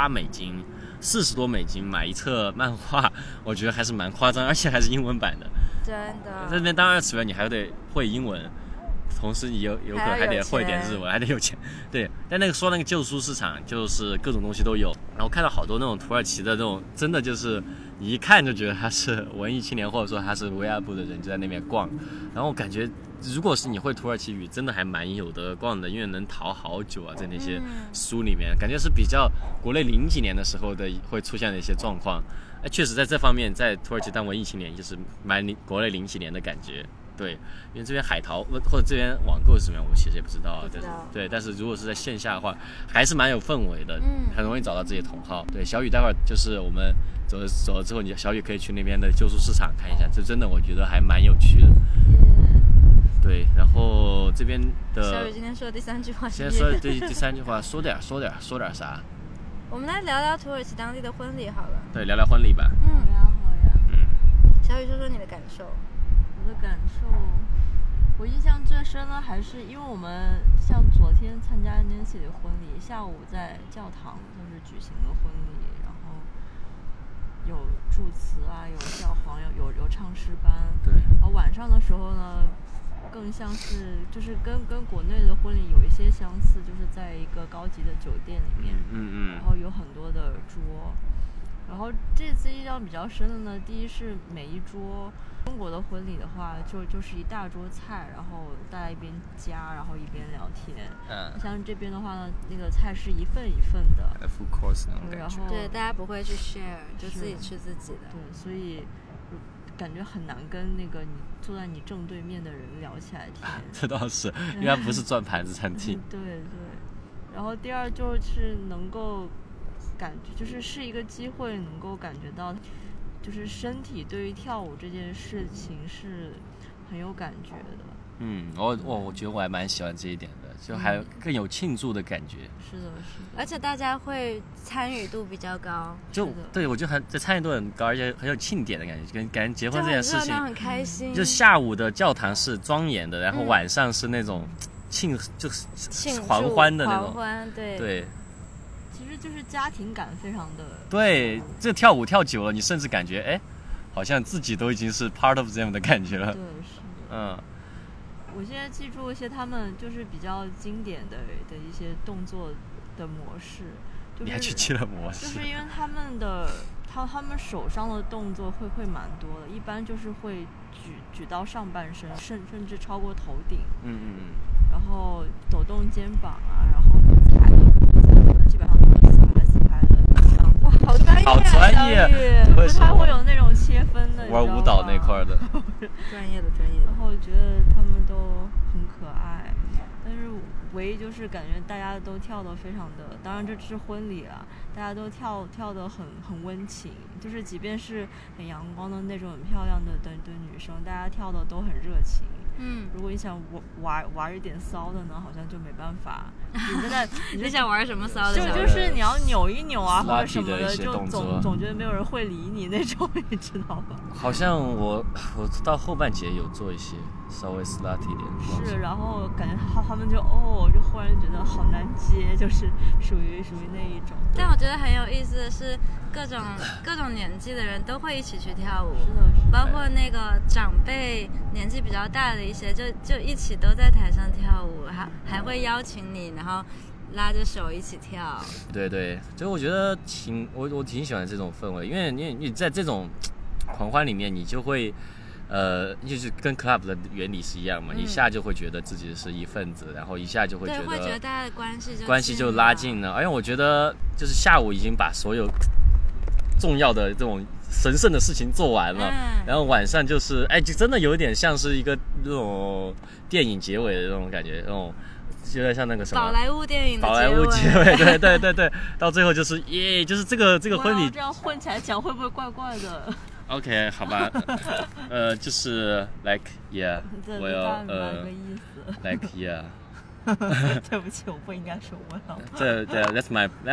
$18、40多美金买一册漫画，我觉得还是蛮夸张，而且还是英文版的。 真的， 这边当然除了你还得会英文，同时你有可能还得会点日文，还得有钱。对，但那个说那个旧书市场，就是各种东西都有。然后看到好多那种土耳其的那种，真的就是你一看就觉得他是文艺青年，或者说他是维亚布的人，就在那边逛。然后我感觉，如果是你会土耳其语，真的还蛮有的逛的，因为能淘好久啊，在那些书里面，感觉是比较国内00几年的时候的会出现的一些状况。确实在这方面，在土耳其当文艺青年就是蛮国内00几年的感觉。对，因为这边海淘或者这边网购是怎么样，我其实也不知道。对，但是如果是在线下的话，还是蛮有氛围的，很容易找到自己的同好。对，小雨待会儿就是我们走了之后，小雨可以去那边的旧书市场看一下，这真的我觉得还蛮有趣的。对，然后这边的小雨今天说的第3句话是， 先说第3句话，说点啥？ 我们来聊聊土耳其当地的婚礼好了。 对，聊聊婚礼吧。 好呀。 小雨说说你的感受。 我的感受，我印象最深的还是因为我们像昨天参加 Nancy 的婚礼，下午在教堂就是举行的婚礼，然后有祝词啊，有教皇，有唱诗班。 对。 然后晚上的时候呢，更像是就是跟国内的婚礼有一些相似，就是在一个高级的酒店里面，然后有很多的桌。然后这次印象比较深的呢，第一是每一桌，中国的婚礼的话就是一大桌菜，然后大家一边夹，然后一边聊天。像这边的话呢，那个菜是一份一份的 ，food course 那种感觉。 对，大家不会去 share， 就自己吃自己的。 对，所以感觉很难跟那个你坐在你正对面的人聊起来天。 这倒是，因为它不是转盘子餐厅。 对。然后第二就是能够感觉，就是一个机会，能够感觉到，就是身体对于跳舞这件事情是很有感觉的。 我觉得我还蛮喜欢这一点的，就还更有庆祝的感觉。 是的。 而且大家会参与度比较高。 对，我觉得这参与度很高，而且很有庆典的感觉，跟感觉结婚这件事情很开心。 就下午的教堂是庄严的，然后晚上是那种就是狂欢的那种。对。 其实就是家庭感非常的。 对，这跳舞跳久了，你甚至感觉好像自己都已经是 part of them 的感觉了。 对，是的。我现在记住一些他们就是比较经典的一些动作的模式。你还去记了模式？ 就是因为他们手上的动作会蛮多的，一般就是会举到上半身，甚至超过头顶。然后抖动肩膀啊，然后踩的步子基本上都是四拍的。哇，好专业！不太会有那种切分的， 玩舞蹈那块的。 专业的。 然后我觉得他们都很可爱，但是唯一就是感觉大家都跳得非常的，当然这是婚礼啊，大家都跳得很温情，就是即便是很阳光的那种很漂亮的女生，大家跳的都很热情。如果你想玩一点骚的呢，好像就没办法。 你想玩什么骚的？ 就是你要扭一扭啊，或者什么的，就总觉得没有人会理你那种，你知道吧？ 好像我到后半节有做一些稍微 slutty 一点。 是，然后感觉他们就忽然觉得好难接，就是属于那一种。 但我觉得很有意思的是，各种年纪的人都会一起去跳舞。 是的。 包括那个长辈年纪比较大的一些，就一起都在台上跳舞，还会邀请你，然后拉着手一起跳。对， 就我觉得我挺喜欢这种氛围，因为你在这种狂欢里面，你就会就是跟 club 的原理是一样嘛，一下就会觉得自己是一份子，然后一下就会觉得大家的关系就拉近了。而且我觉得就是下午已经把所有重要的这种神圣的事情做完了，然后晚上就是就真的有点像是一个那种电影结尾的那种感觉，那种有点像那个什么宝莱坞电影的宝莱坞结尾，对，到最后就是耶，就是这个婚礼这样混起来讲会不会怪怪的 ？OK， 好吧，就是 like yeah， 我要like yeah。 对不起，我不应该说我要。 That's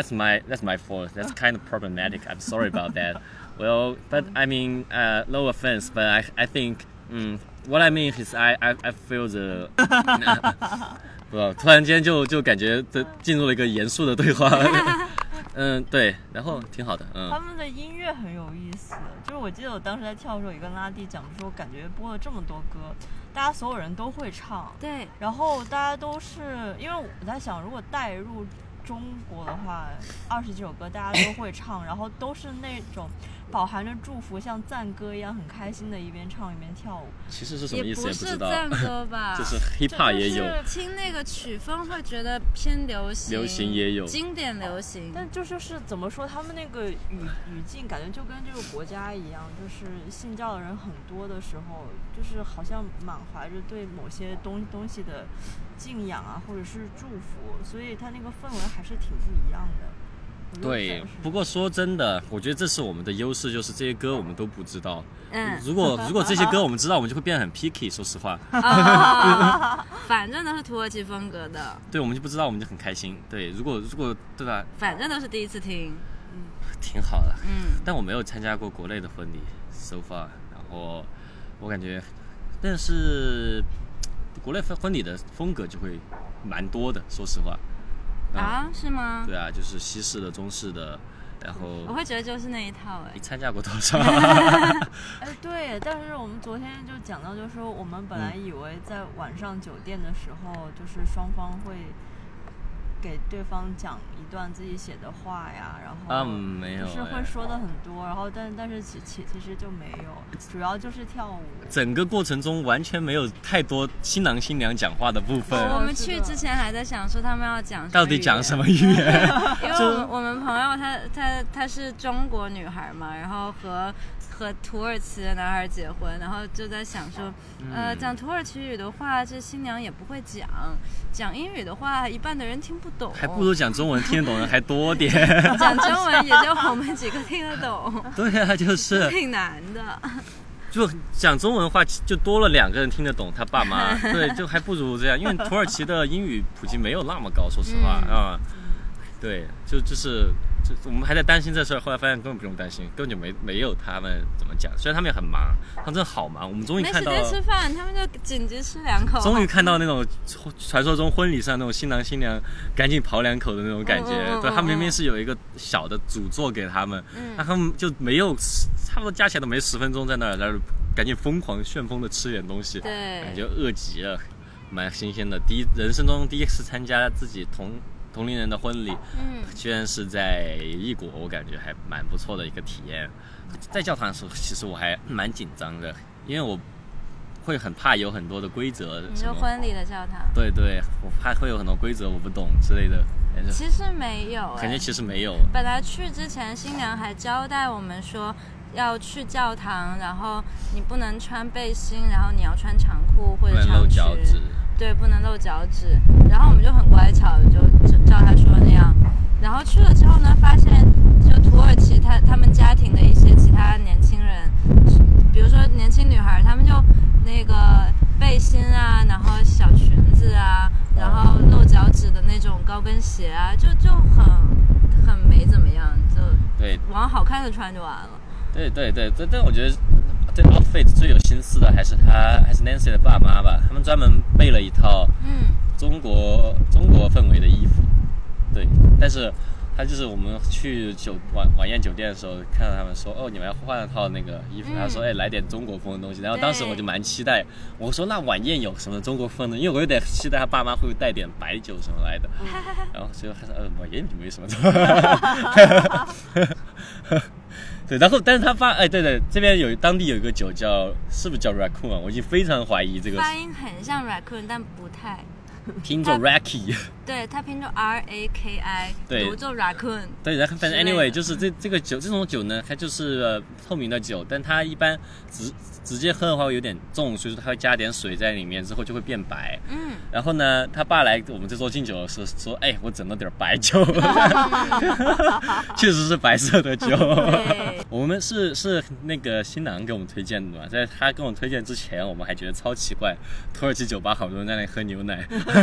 my fault. That's kind of problematic. I'm sorry about that. Well, but I mean, no offense, but I think, what I mean is I feel the 不，突然间就感觉进入了一个严肃的对话。对，然后挺好的。 他们的音乐很有意思，就是我记得我当时在跳的时候，有跟拉蒂讲说，感觉播了这么多歌，大家所有人都会唱， 对， 然后大家都是，因为我在想，如果带入中国的话，20几首歌大家都会唱，然后都是那种饱含着祝福，像赞歌一样很开心的一边唱一边跳舞。 其实是什么意思也不知道。 也不是赞歌吧？ 就是 hip hop 也有。 听那个曲风会觉得偏流行。 流行也有。 经典流行。 但就是怎么说，他们那个语境感觉就跟这个国家一样，就是信教的人很多的时候，就是好像满怀着对某些东西的敬仰啊，或者是祝福，所以它那个氛围还是挺不一样的。 对，不过说真的，我觉得这是我们的优势，就是这些歌我们都不知道。如果这些歌我们知道，我们就会变得很 picky。说实话， 反正都是土耳其风格的。 对，我们就不知道，我们就很开心。对，如果对吧？ 反正都是第一次听， 挺好的。但我没有参加过国内的婚礼 so far， 然后我感觉，但是国内婚礼的风格就会蛮多的，说实话。 是吗？ 对啊，就是西式的、中式的，然后我会觉得就是那一套。 你参加过多少？ 对，但是我们昨天就讲到，就是说我们本来以为在晚上酒店的时候，就是双方会给对方讲一段自己写的话呀，然后没有， 就是会说的很多，然后但是其实就没有，主要就是跳舞。 整个过程中完全没有太多新郎新娘讲话的部分。 我们去之前还在想说他们要讲到底讲什么语言， 因为我们朋友她是中国女孩嘛，然后和土耳其的男孩结婚，然后就在想说，讲土耳其语的话，这新娘也不会讲英语的话，一半的人听不懂， 还不如讲中文听得懂人还多点。 讲中文也就我们几个听得懂。 对啊，就是挺难的。 就讲中文的话，就多了2个人听得懂他爸妈，对，就还不如这样，因为土耳其的英语普及没有那么高，说实话对，就是我们还在担心这事儿，后来发现根本不用担心，根本就没有他们怎么讲。虽然他们也很忙，他们真的好忙。我们终于看到没时间吃饭，他们就紧急吃2口。 终于看到那种传说中婚礼上那种新郎新娘赶紧刨2口的那种感觉。对，他们明明是有一个小的主座给他们，那他们就没有，差不多加起来都没10分钟在那儿赶紧疯狂旋风的吃点东西， 对， 感觉饿极了，蛮新鲜的。人生中第一次参加自己同龄人的婚礼，居然是在异国，我感觉还蛮不错的一个体验。在教堂的时候，其实我还蛮紧张的，因为我会很怕有很多的规则。 你说婚礼的教堂？ 对，我怕会有很多规则我不懂之类的。 其实没有， 感觉其实没有。 本来去之前，新娘还交代我们说，要去教堂，然后你不能穿背心，然后你要穿长裤或者长裙， 不能露脚趾。 对，不能露脚趾。然后我们就很乖巧，就照他说那样。然后去了之后呢，发现就土耳其他们家庭的一些其他年轻人，比如说年轻女孩，他们就那个背心啊，然后小裙子啊，然后露脚趾的那种高跟鞋啊，就很没怎么样，就对， 往好看的穿就完了。 对，但我觉得对 outfit 最有心思的还是 Nancy 的爸妈吧，他们专门备了一套中国氛围的衣服。对，但是他就是我们去晚宴酒店的时候，看到他们说你们要换了套那个衣服，他说来点中国风的东西，然后当时我就蛮期待，我说那晚宴有什么中国风的？因为我有点期待他爸妈会带点白酒什么来的，然后结果他说晚宴就没什么。对，然后但是他对，这边当地有一个酒是不是叫 Raccoon 啊？我已经非常怀疑这个发音很像 Raccoon， 但不太。 拼作 Raki， 对，它拼作 RAKI， 读作 Raccoon。 对，然后反正 anyway 就是这个酒，这种酒呢，它就是透明的酒，但它一般直接喝的话会有点重，所以说它会加点水在里面，之后就会变白。然后呢，他爸来我们这桌敬酒的时候说，哎，我整了点白酒，确实是白色的酒。我们是那个新郎给我们推荐的嘛，在他跟我推荐之前，我们还觉得超奇怪，土耳其酒吧好多人在那里喝牛奶。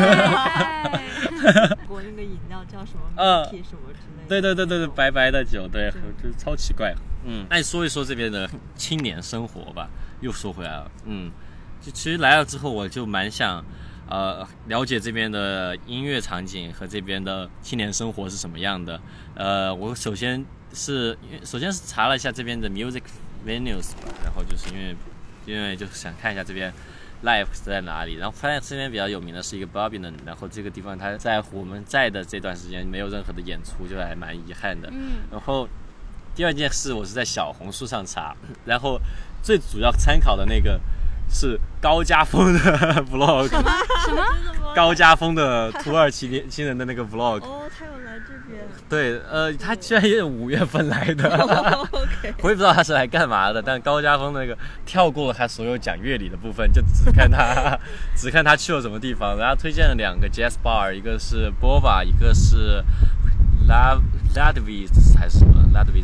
国那个饮料叫什么 Milky 什么之类的。 对，白白的酒，对，就超奇怪。那说一说这边的青年生活吧，又说回来了。就其实来了之后，我就蛮想了解这边的音乐场景和这边的青年生活是什么样的。我首先是查了一下这边的 music venues 吧，然后就是因为就想看一下这边 live 是在哪里，然后发现这边比较有名的是一个 Babylon， 然后这个地方它在我们在的这段时间没有任何的演出，就还蛮遗憾的。然后第二件事，我是在小红书上查，然后最主要参考的那个是高家峰的 vlog。 什么高家峰的土耳其年轻人的那个 vlog。 他有来这边。 对，他居然也有5月份来的。 OK， 我也不知道他是来干嘛的，但高家峰那个跳过他所有讲乐理的部分，就只看他去了什么地方。然后推荐了2个 jazz bar， 一个是 Bova， 一个是 Ladvis 还是什么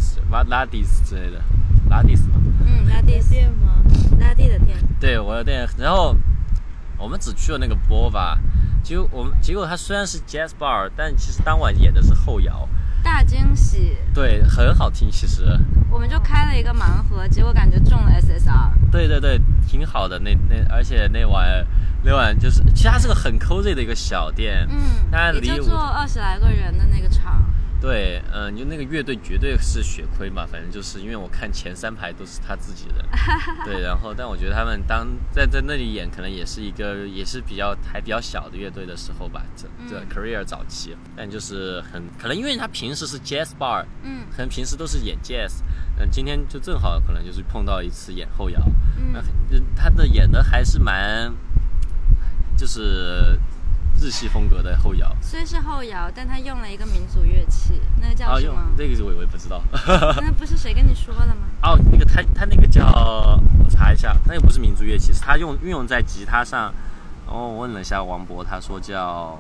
Ladis 之类的 Ladis 吗？ 拉蒂店吗？ 拉蒂的店。 对，我的店。然后我们只去了那个 Bova， 结果它虽然是 jazz bar， 但其实当晚演的是后摇。 大惊喜。 对，很好听。其实我们就开了一个盲盒，结果感觉中了 SSR。 对，挺好的。而且那晚就是，其实它是个很 cozy 的一个小店。它也就坐20来个人的那个场。 对，就那个乐队绝对是血亏嘛，反正就是因为我看前3排都是他自己人。对，然后但我觉得他们在那里演，可能也是还比较小的乐队的时候吧，这 career 早期，但就是可能因为他平时是 jazz bar， 可能平时都是演 jazz， 今天就正好可能就是碰到一次演后摇，他的演的还是蛮就是日系风格的后摇， 虽是后摇，但他用了一个民族乐器，那个叫什么？ 这个我也不知道。 那不是谁跟你说了吗？ 那个他那个叫，我查一下，那个不是民族乐器，是他运用在吉他上。我问了一下王博，他说叫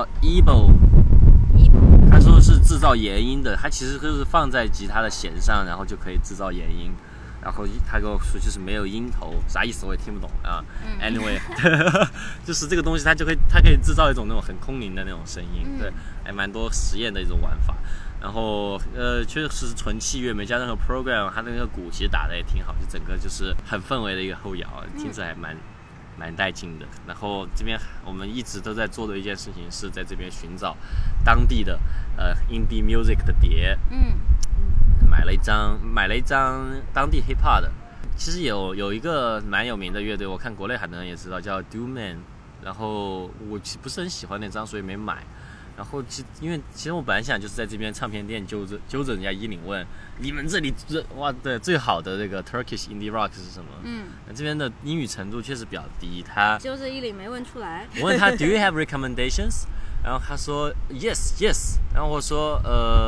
EBO， 他说是制造延音的，他其实就是放在吉他的弦上，然后就可以制造延音。然后他跟我说就是没有音头，啥意思我也听不懂啊。Anyway， 就是这个东西它可以制造一种那种很空灵的那种声音，对，还蛮多实验的一种玩法。然后确实是纯器乐，没加任何 program， 它的那个鼓其实打的也挺好，就整个就是很氛围的一个后摇，听着还蛮带劲的。然后这边我们一直都在做的一件事情是在这边寻找当地的indie music 的碟。买了一张当地 hip hop 的，其实有一个蛮有名的乐队，我看国内很多人也知道，叫 Doman。然后我不是很喜欢那张，所以没买。然后其实我本来想就是在这边唱片店揪着人家衣领问，你们这里最好的这个 Turkish indie rock 是什么？这边的英语程度确实比较低，他揪着衣领没问出来。 我问他 Do you have recommendations？ 然后他说 Yes。然后我说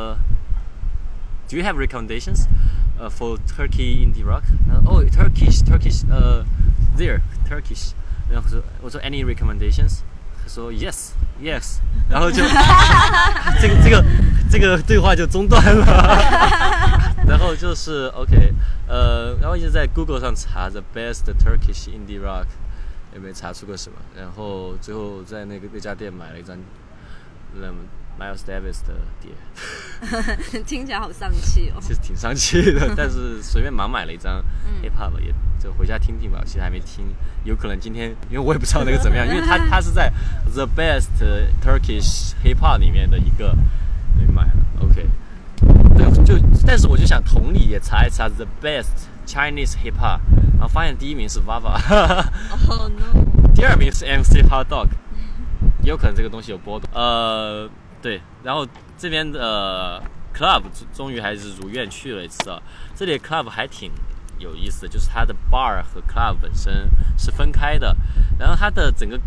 Do you have recommendations for Turkey indie rock? Turkish, there, Turkish. 然后我说 Any recommendations? 他说 Yes. 然后就这个对话就中断了。然后就是 OK， 然后一直在 Google 上查 The best Turkish indie rock， 也没查出个什么。然后最后在那家店买了一张Miles Davis 的碟。 听起来好丧气哦。 其实挺丧气的，但是随便盲买了一张 hip hop， 也就回家听听吧。其实还没听，有可能今天，因为我也不知道那个怎么样，因为他是在 The Best Turkish Hip Hop 里面的一个，买了 OK。对，但是我就想同理也查一查 The Best Chinese Hip Hop， 然后发现第1名是 Vava， 第2名是 MC Hot Dog。也有可能这个东西有波动，对，然后这边的 club 终于还是如愿去了一次啊。这里的 club 还挺有意思的，就是它的 bar 和 club 本身是分开的，然后它的整个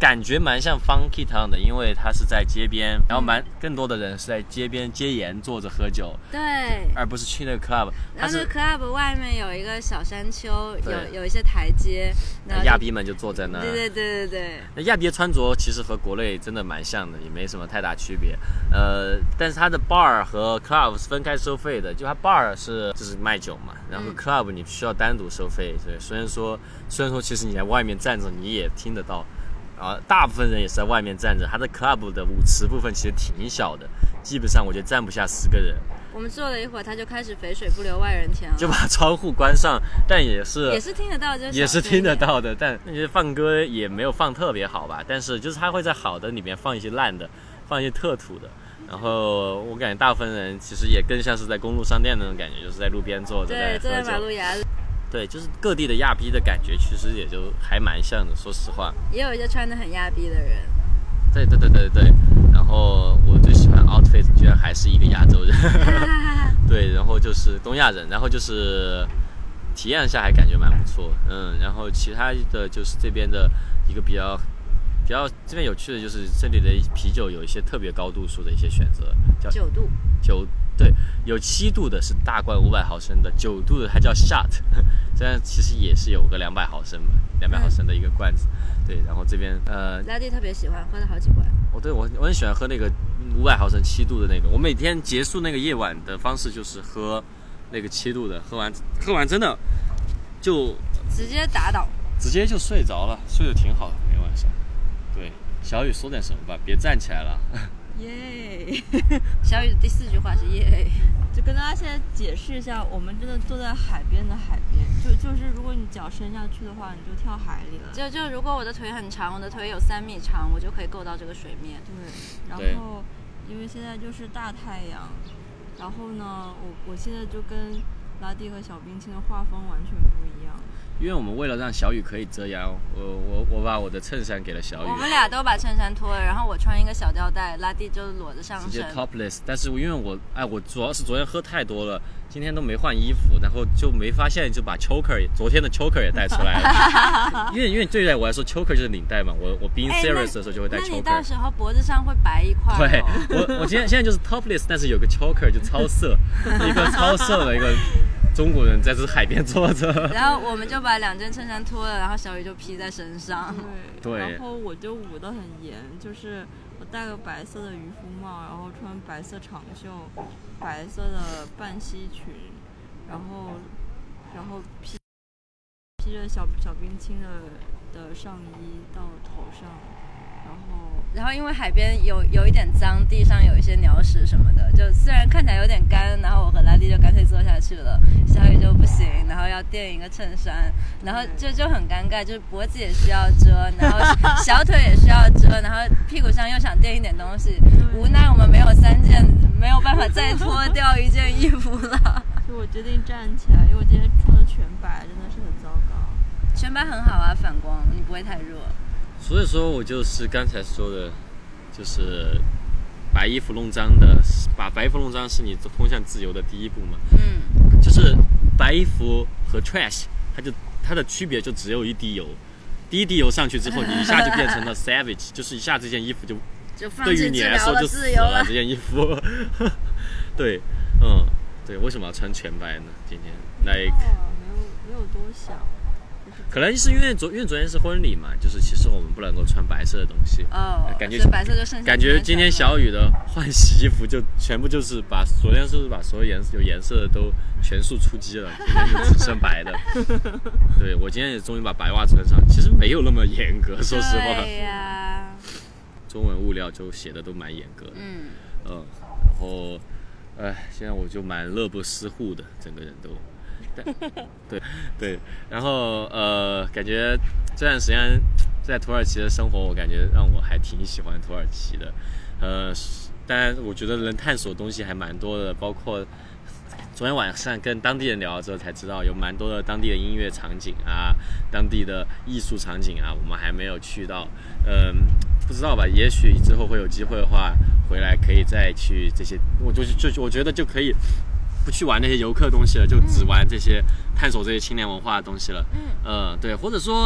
感觉蛮像 Funky Town 的，因为它是在街边，然后更多的人是在街边街沿坐着喝酒， 对， 而不是去那个 club。 然后 club 外面有一个小山丘，有一些台阶， 亚逼们就坐在那。 对。 那亚逼的穿着其实和国内真的蛮像的，也没什么太大区别。但是它的 bar 和 club 是分开收费的，就它 bar 就是卖酒嘛，然后 club 你需要单独收费。对，虽然说其实你在外面站着你也听得到。大部分人也是在外面站着，它的 club 的舞池部分其实挺小的，基本上我觉得站不下10个人。 我们坐了一会儿，他就开始肥水不流外人田了， 就把窗户关上，但也是听得到， 也是听得到的。但那些放歌也没有放特别好吧，但是就是他会在好的里面放一些烂的，放一些特土的。然后我感觉大部分人其实也更像是在公路商店那种感觉，就是在路边坐着， 对，坐在马路牙。 对，就是各地的亚逼的感觉，其实也就还蛮像的。说实话， 也有一些穿得很亚逼的人。 对。然后我最喜欢 outfit 居然还是一个亚洲人，对，然后就是东亚人，然后就是体验一下还感觉蛮不错，然后其他的就是这边的一个比较这边有趣的就是这里的啤酒有一些特别高度数的一些选择，叫 9度。 对，有7度的是大罐500毫升的，9度的它叫 shot， 这样其实也是有个200毫升吧，200毫升的一个罐子。对，然后这边拉蒂特别喜欢，喝了好几罐。 我很喜欢喝那个500毫升7度的那个，我每天结束那个夜晚的方式就是喝那个7度的，喝完真的就直接打倒， 直接就睡着了，睡得挺好的每晚上。对，小雨说点什么吧，别站起来了。 耶！小雨的第4句话是耶。 就跟大家现在解释一下，我们真的坐在海边的海边，就是如果你脚伸下去的话，你就跳海里了。 就如果我的腿很长，我的腿有3米长，我就可以够到这个水面。 对，然后因为现在就是大太阳，然后呢，我现在就跟拉蒂和小冰清的画风完全不一样。 因为我们为了让小雨可以遮阳，我把我的衬衫给了小雨。 我们俩都把衬衫脱了，然后我穿一个小吊带，拉蒂就裸着上身，直接 topless。但是因为我主要是昨天喝太多了，今天都没换衣服，然后就没发现就把 choker 昨天的 choker 也带出来了。因为对待我来说 choker 就是领带嘛，我 being serious 的时候就会带 choker。那你到时候脖子上会白一块。 对，我现在就是 topless， 但是有个 choker 就超色，一个超色的一个。中国人在这海边坐着， 然后我们就把2件衬衫脱了，然后小雨就披在身上。 对， 然后我就捂得很严，就是我戴个白色的渔夫帽，然后穿白色长袖，白色的半西裙，然后披着小冰清的上衣到头上。 然后因为海边有一点脏，地上有一些鸟屎什么的，就虽然看起来有点干，然后我和拉蒂就干脆坐下去了，小雨就不行，然后要垫一个衬衫，然后就很尴尬，就是脖子也需要遮，然后小腿也需要遮，然后屁股上又想垫一点东西，无奈我们没有3件，没有办法再脱掉1件衣服了。 所以我决定站起来，因为我今天穿的全白，真的是很糟糕。 全白很好啊，反光，你不会太热。 所以说我就是刚才说的，就是白衣服弄脏的，把白衣服弄脏是你通向自由的第一步嘛。就是白衣服和 trash， 它的区别就只有1滴油，第1滴油上去之后，你一下就变成了 savage， 就是一下这件衣服就对于你来说就死了，这件衣服。对，对，为什么要穿全白呢？今天没有多想。 可能是因为昨天是婚礼嘛，就是其实我们不能够穿白色的东西。感觉白色就剩下。 感觉今天小雨的换洗衣服就全部就是昨天是不是把所有有颜色的都全数出击了，今天就只剩白的。对，我今天也终于把白袜穿上，其实没有那么严格，说实话。 对呀。 中文物料就写的都蛮严格的。然后，现在我就蛮乐不思蜀的，整个人都。对，然后感觉这段时间在土耳其的生活，我感觉让我还挺喜欢土耳其的。当然我觉得能探索的东西还蛮多的，包括昨天晚上跟当地人聊了之后才知道，有蛮多的当地的音乐场景啊，当地的艺术场景啊，我们还没有去到。不知道吧？也许之后会有机会的话，回来可以再去这些。我觉得就可以。不去玩那些游客的东西了，就只玩这些探索这些青年文化的东西了。对，或者说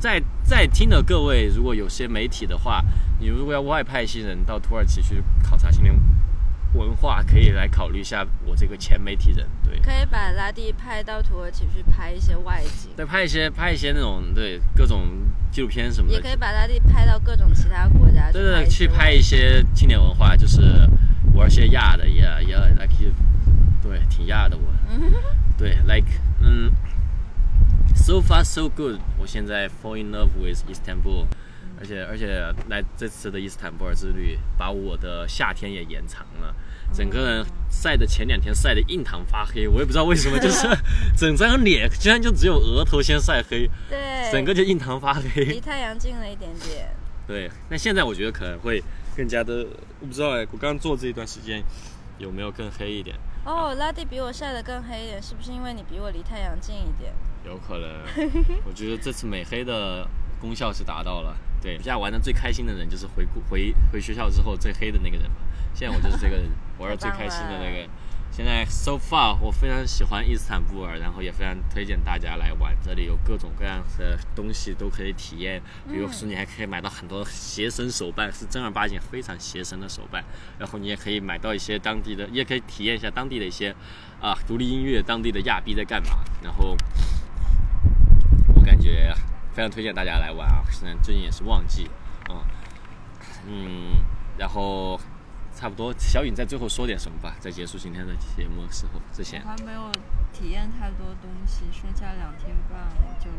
在听的各位，如果有些媒体的话，你如果要外派一些人到土耳其去考察青年文化，可以来考虑一下我这个前媒体人。对， 可以把拉蒂派到土耳其去拍一些外景， 对，拍一些那种对各种纪录片什么的。 也可以把拉蒂派到各种其他国家去。 对，去拍一些青年文化，就是玩些亚的，like 对，挺亚的我。对 ，like so far so good。我现在 fall in love with Istanbul， 而且来这次的伊斯坦布尔之旅，把我的夏天也延长了。整个人晒的前2天晒的印堂发黑，我也不知道为什么，就是整张脸居然就只有额头先晒黑， 对， 整个就印堂发黑， 离太阳近了一点点。 对，那现在我觉得可能会更加的，我不知道我刚刚做这一段时间有没有更黑一点。 拉蒂比我晒得更黑一点，是不是因为你比我离太阳近一点？ 有可能，我觉得这次美黑的功效是达到了。对，现在玩的最开心的人就是回学校之后最黑的那个人嘛。现在我就是这个人，玩的最开心的那个。现在 so far 我非常喜欢伊斯坦布尔，然后也非常推荐大家来玩，这里有各种各样的东西都可以体验，比如说你还可以买到很多携身手办，是正儿八经非常携身的手办，然后你也可以买到一些当地的，也可以体验一下当地的一些独立音乐，当地的亚逼在干嘛，然后我感觉非常推荐大家来玩啊！现在最近也是旺季，然后差不多，小允在最后说点什么吧，在结束今天的节目的时候之前。 我还没有体验太多东西，剩下2天半我就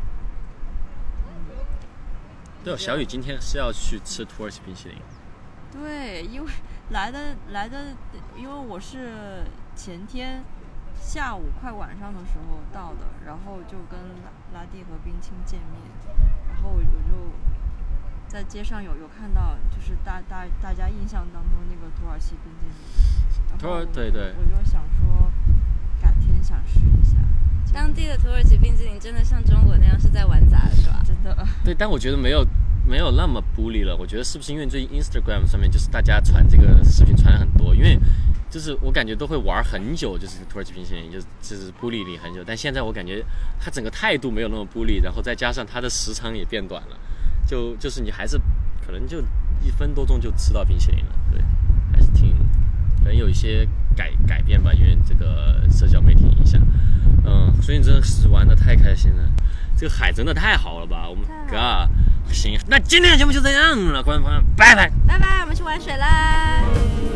对，小雨今天是要去吃土耳其冰淇淋。 对，因为来的，因为我是前天下午快晚上的时候到的，然后就跟拉蒂和冰清见面，然后我就在街上有看到，就是大家印象当中那个土耳其冰淇淋，然后对， 我就想说改天想试一下。 当地的土耳其冰淇淋真的像中国那样是在玩砸的是吧？ 真的。 对，但我觉得没有那么bully了。我觉得是不是因为最近 Instagram 上面就是大家传这个视频传了很多，因为就是我感觉都会玩很久，就是土耳其冰淇淋就是bully你很久，但现在我感觉他整个态度没有那么bully，然后再加上他的时长也变短了，就是你还是可能就1分多钟就吃到冰淇淋了，对，还是可能有一些改变吧，因为这个社交媒体影响。所以你真的是玩的太开心了，这个海真的太好了吧，我们行，那今天的节目就这样了，观众朋友，拜拜， 我们去玩水啦。